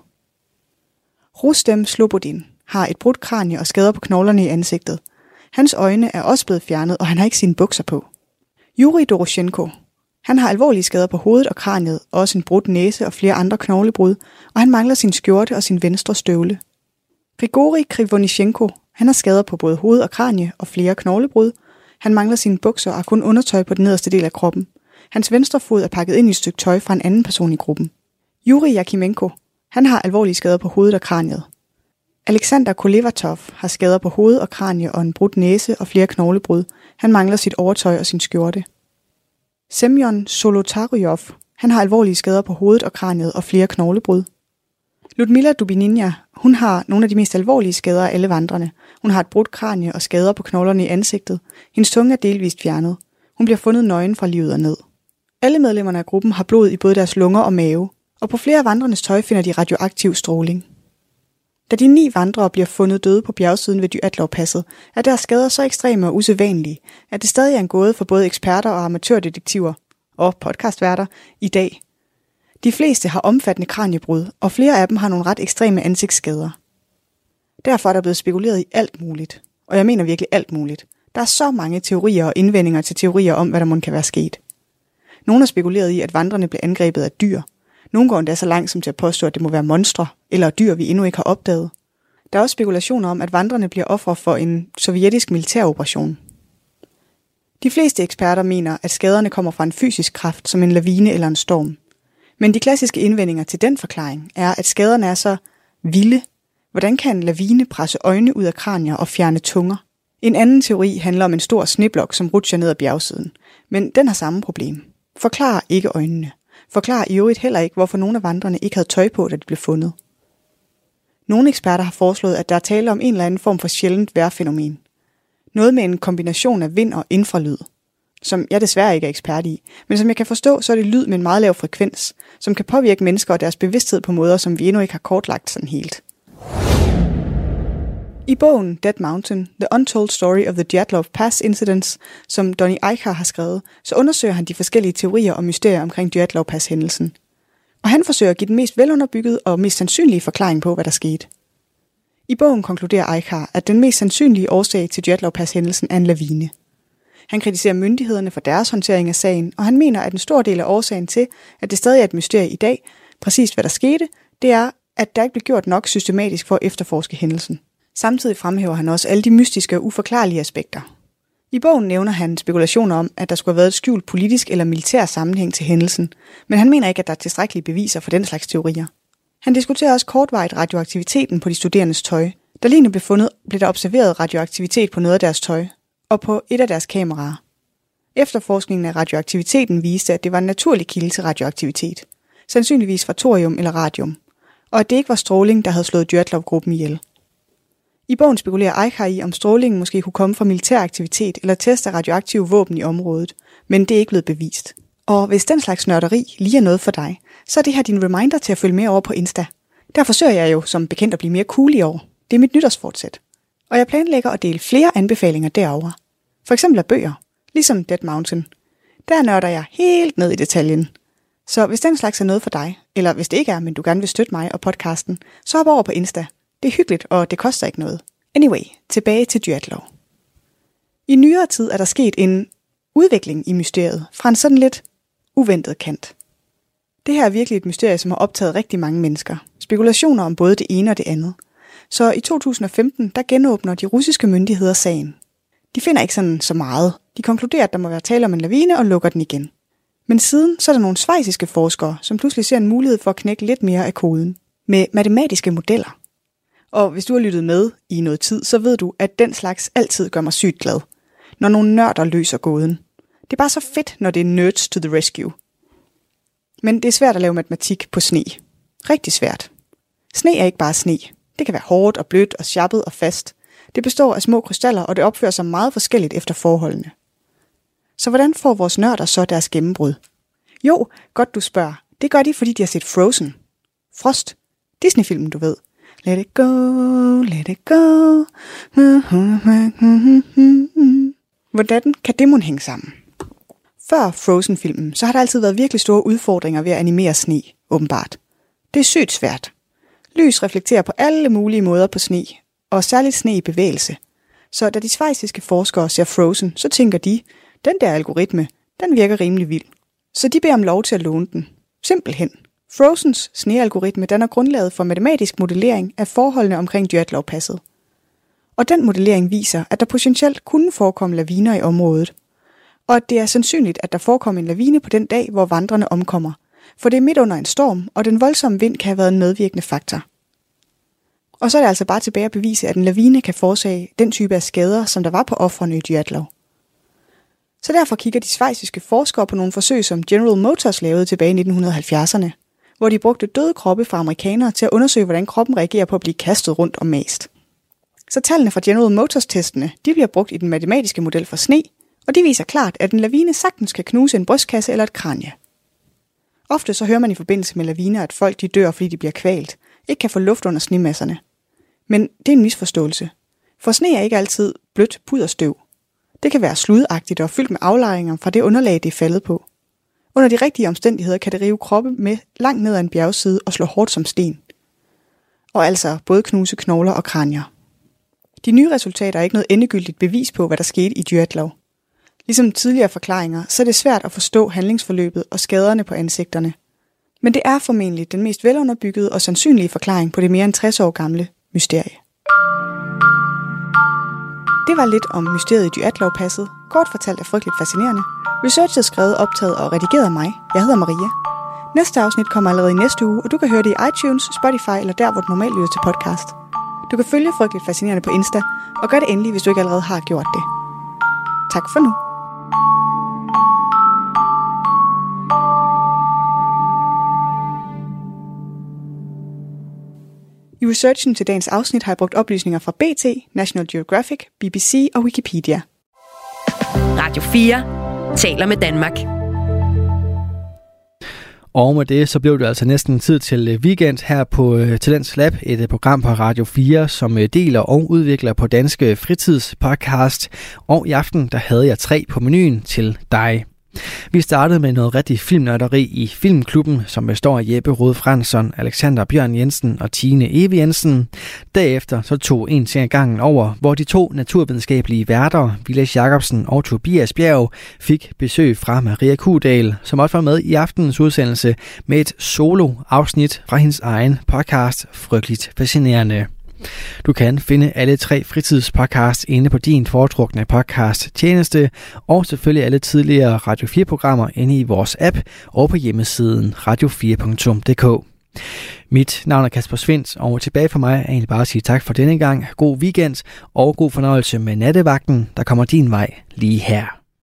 Rustem Slobodin har et brudt kranie og skader på knoglerne i ansigtet. Hans øjne er også blevet fjernet, og han har ikke sine bukser på. Yuri Doroshenko, han har alvorlige skader på hovedet og kraniet, og også en brudt næse og flere andre knoglebrud, og han mangler sin skjorte og sin venstre støvle. Grigori Krivonishenko, han har skader på både hoved og kranie og flere knoglebrud. Han mangler sine bukser og har kun undertøj på den nederste del af kroppen. Hans venstre fod er pakket ind i et stykke tøj fra en anden person i gruppen. Yuri Yakimenko, han har alvorlige skader på hovedet og kraniet. Alexander Kolevatov har skader på hoved og kranie og en brudt næse og flere knoglebrud. Han mangler sit overtøj og sin skjorte. Semyon Solotaryov, han har alvorlige skader på hovedet og kraniet og flere knoglebrud. Ludmila Dubininja, hun har nogle af de mest alvorlige skader af alle vandrene. Hun har et brudt kranie og skader på knoglerne i ansigtet. Hendes tunge er delvist fjernet. Hun bliver fundet nøgen fra livet og ned. Alle medlemmerne af gruppen har blod i både deres lunger og mave, og på flere af vandrenes tøj finder de radioaktiv stråling. Da de ni vandrere bliver fundet døde på bjergsiden ved Djatlov-passet, er deres skader så ekstreme og usædvanlige, at det stadig er en gåde for både eksperter og amatørdetektiver og podcastværter i dag. De fleste har omfattende kraniebrud, og flere af dem har nogle ret ekstreme ansigtsskader. Derfor er der blevet spekuleret i alt muligt, og jeg mener virkelig alt muligt. Der er så mange teorier og indvendinger til teorier om, hvad der må kan være sket. Nogle har spekuleret i, at vandrerne blev angrebet af dyr. Nogle går endda så langt som til at påstå, at det må være monstre eller dyr, vi endnu ikke har opdaget. Der er også spekulationer om, at vandrerne bliver ofre for en sovjetisk militæroperation. De fleste eksperter mener, at skaderne kommer fra en fysisk kraft, som en lavine eller en storm. Men de klassiske indvendinger til den forklaring er, at skaderne er så vilde. Hvordan kan en lavine presse øjne ud af kranier og fjerne tunger? En anden teori handler om en stor sneblok, som rutscher ned ad bjergsiden. Men den har samme problem. Forklar ikke øjnene. Forklar i øvrigt heller ikke, hvorfor nogle af vandrene ikke havde tøj på, da de blev fundet. Nogle eksperter har foreslået, at der er tale om en eller anden form for sjældent vejrfænomen. Noget med en kombination af vind og infralyd, som jeg desværre ikke er ekspert i, men som jeg kan forstå, så er det lyd med en meget lav frekvens, som kan påvirke mennesker og deres bevidsthed på måder, som vi endnu ikke har kortlagt sådan helt. I bogen Dead Mountain, The Untold Story of the Djatlov Pass Incidents, som Donny Eichar har skrevet, så undersøger han de forskellige teorier og mysterier omkring Djatlov Pass-hændelsen. Og han forsøger at give den mest velunderbyggede og mest sandsynlige forklaring på, hvad der skete. I bogen konkluderer Eichar, at den mest sandsynlige årsag til Djatlov Pass-hændelsen er en lavine. Han kritiserer myndighederne for deres håndtering af sagen, og han mener, at en stor del af årsagen til, at det stadig er et mysterie i dag, præcis hvad der skete, det er, at der ikke blev gjort nok systematisk for at efterforske hændelsen. Samtidig fremhæver han også alle de mystiske og uforklarlige aspekter. I bogen nævner han spekulationer om, at der skulle have været et skjult politisk eller militær sammenhæng til hændelsen, men han mener ikke, at der er tilstrækkelige beviser for den slags teorier. Han diskuterer også kortvarigt radioaktiviteten på de studerendes tøj. Da ligene blev fundet, blev der observeret radioaktivitet på noget af deres tøj og på et af deres kameraer. Efterforskningen af radioaktiviteten viste, at det var en naturlig kilde til radioaktivitet, sandsynligvis fra thorium eller radium, og at det ikke var stråling, der havde slået Djatlov-gruppen ihjel. I bogen spekulerer Eichar i, om strålingen måske kunne komme fra militær aktivitet eller test af radioaktive våben i området, men det er ikke blevet bevist. Og hvis den slags nørderi lige er noget for dig, så er det her din reminder til at følge med over på Insta. Der forsøger jeg jo som bekendt at blive mere cool i år. Det er mit nytårsfortsæt. Og jeg planlægger at dele flere anbefalinger derovre. For eksempel af bøger, ligesom Dead Mountain. Der nørder jeg helt ned i detaljen. Så hvis den slags er noget for dig, eller hvis det ikke er, men du gerne vil støtte mig og podcasten, så hop over på Insta. Det er hyggeligt, og det koster ikke noget. Anyway, tilbage til Djatlov. I nyere tid er der sket en udvikling i mysteriet fra en sådan lidt uventet kant. Det her er virkelig et mysterie, som har optaget rigtig mange mennesker. Spekulationer om både det ene og det andet. Så i to tusind og femten, der genåbner de russiske myndigheder sagen. De finder ikke sådan så meget. De konkluderer, at der må være tale om en lavine og lukker den igen. Men siden så er der nogle schweiziske forskere, som pludselig ser en mulighed for at knække lidt mere af koden med matematiske modeller. Og hvis du har lyttet med i noget tid, så ved du, at den slags altid gør mig sygt glad, når nogle nørder løser gåden. Det er bare så fedt, når det er nerds to the rescue. Men det er svært at lave matematik på sne. Rigtig svært. Sne er ikke bare sne. Det kan være hårdt og blødt og sjappet og fast. Det består af små krystaller, og det opfører sig meget forskelligt efter forholdene. Så hvordan får vores nørder så deres gennembrud? Jo, godt du spørger. Det gør de, fordi de har set Frozen. Frost. Disney-filmen, du ved. Let it go, let it go. Hvordan kan det mon hænge sammen? Før Frozen-filmen, så har der altid været virkelig store udfordringer ved at animere sne, åbenbart. Det er sygt svært. Lys reflekterer på alle mulige måder på sne, og særligt sne i bevægelse. Så da de schweiziske forskere ser Frozen, så tænker de, den der algoritme, den virker rimelig vild. Så de beder om lov til at låne den. Simpelthen. Frozens snealgoritme danner grundlaget for matematisk modellering af forholdene omkring Djatlov-passet. Og den modellering viser, at der potentielt kunne forekomme laviner i området. Og at det er sandsynligt, at der forekommer en lavine på den dag, hvor vandrerne omkommer. For det er midt under en storm, og den voldsomme vind kan have været en medvirkende faktor. Og så er det altså bare tilbage at bevise, at en lavine kan forårsage den type af skader, som der var på ofrene i Djatlov. Så derfor kigger de schweiziske forskere på nogle forsøg, som General Motors lavede tilbage i nitten halvfjerdserne, hvor de brugte døde kroppe fra amerikanere til at undersøge, hvordan kroppen reagerer på at blive kastet rundt og mast. Så tallene fra General Motors-testene, de bliver brugt i den matematiske model for sne, og de viser klart, at en lavine sagtens kan knuse en brystkasse eller et kranie. Ofte så hører man i forbindelse med laviner, at folk de dør, fordi de bliver kvalt, ikke kan få luft under snemasserne. Men det er en misforståelse. For sne er ikke altid blødt puderstøv. Det kan være sludagtigt og fyldt med aflejringer fra det underlag, det er faldet på. Under de rigtige omstændigheder kan det rive kroppe med langt ned ad en bjergside og slå hårdt som sten. Og altså både knuse knogler og kranier. De nye resultater er ikke noget endegyldigt bevis på, hvad der skete i Djatlov. Ligesom tidligere forklaringer, så er det svært at forstå handlingsforløbet og skaderne på ansigterne. Men det er formentlig den mest velunderbyggede og sandsynlige forklaring på det mere end tres år gamle mysterie. Det var lidt om mysteriet i Djatlov-passet. Kort fortalt er frygteligt fascinerende. Researchet skrevet, optaget og redigeret af mig. Jeg hedder Maria. Næste afsnit kommer allerede i næste uge, og du kan høre det i iTunes, Spotify eller der, hvor du normalt lytter til podcast. Du kan følge Frygteligt Fascinerende på Insta, og gør det endelig, hvis du ikke allerede har gjort det. Tak for nu. I researchen til dagens afsnit har jeg brugt oplysninger fra B T, National Geographic, B B C og Wikipedia. Radio fire taler med Danmark. Og med det, så blev det altså næsten tid til weekend her på Talents Lab, et program på Radio fire, som deler og udvikler på danske fritidspodcast. Og i aften, der havde jeg tre på menuen til dig. Vi startede med noget rigtig filmnørderi i Filmklubben, som består af Jeppe Rode Fransson, Alexander Bjørn Jensen og Tine Eve Jensen. Derefter så tog en ting ad gangen over, hvor de to naturvidenskabelige værter, Vilas Jacobsen og Tobias Bjerg, fik besøg fra Maria Kudal, som også var med i aftenens udsendelse med et solo-afsnit fra hendes egen podcast, Frygteligt Fascinerende. Du kan finde alle tre fritidspodcasts inde på din foretrukne podcast tjeneste, og selvfølgelig alle tidligere Radio fire-programmer inde i vores app og på hjemmesiden radio fire punktum d k. Mit navn er Kasper Svindt, og tilbage for mig er egentlig bare at sige tak for denne gang. God weekend og god fornøjelse med nattevagten, der kommer din vej lige her.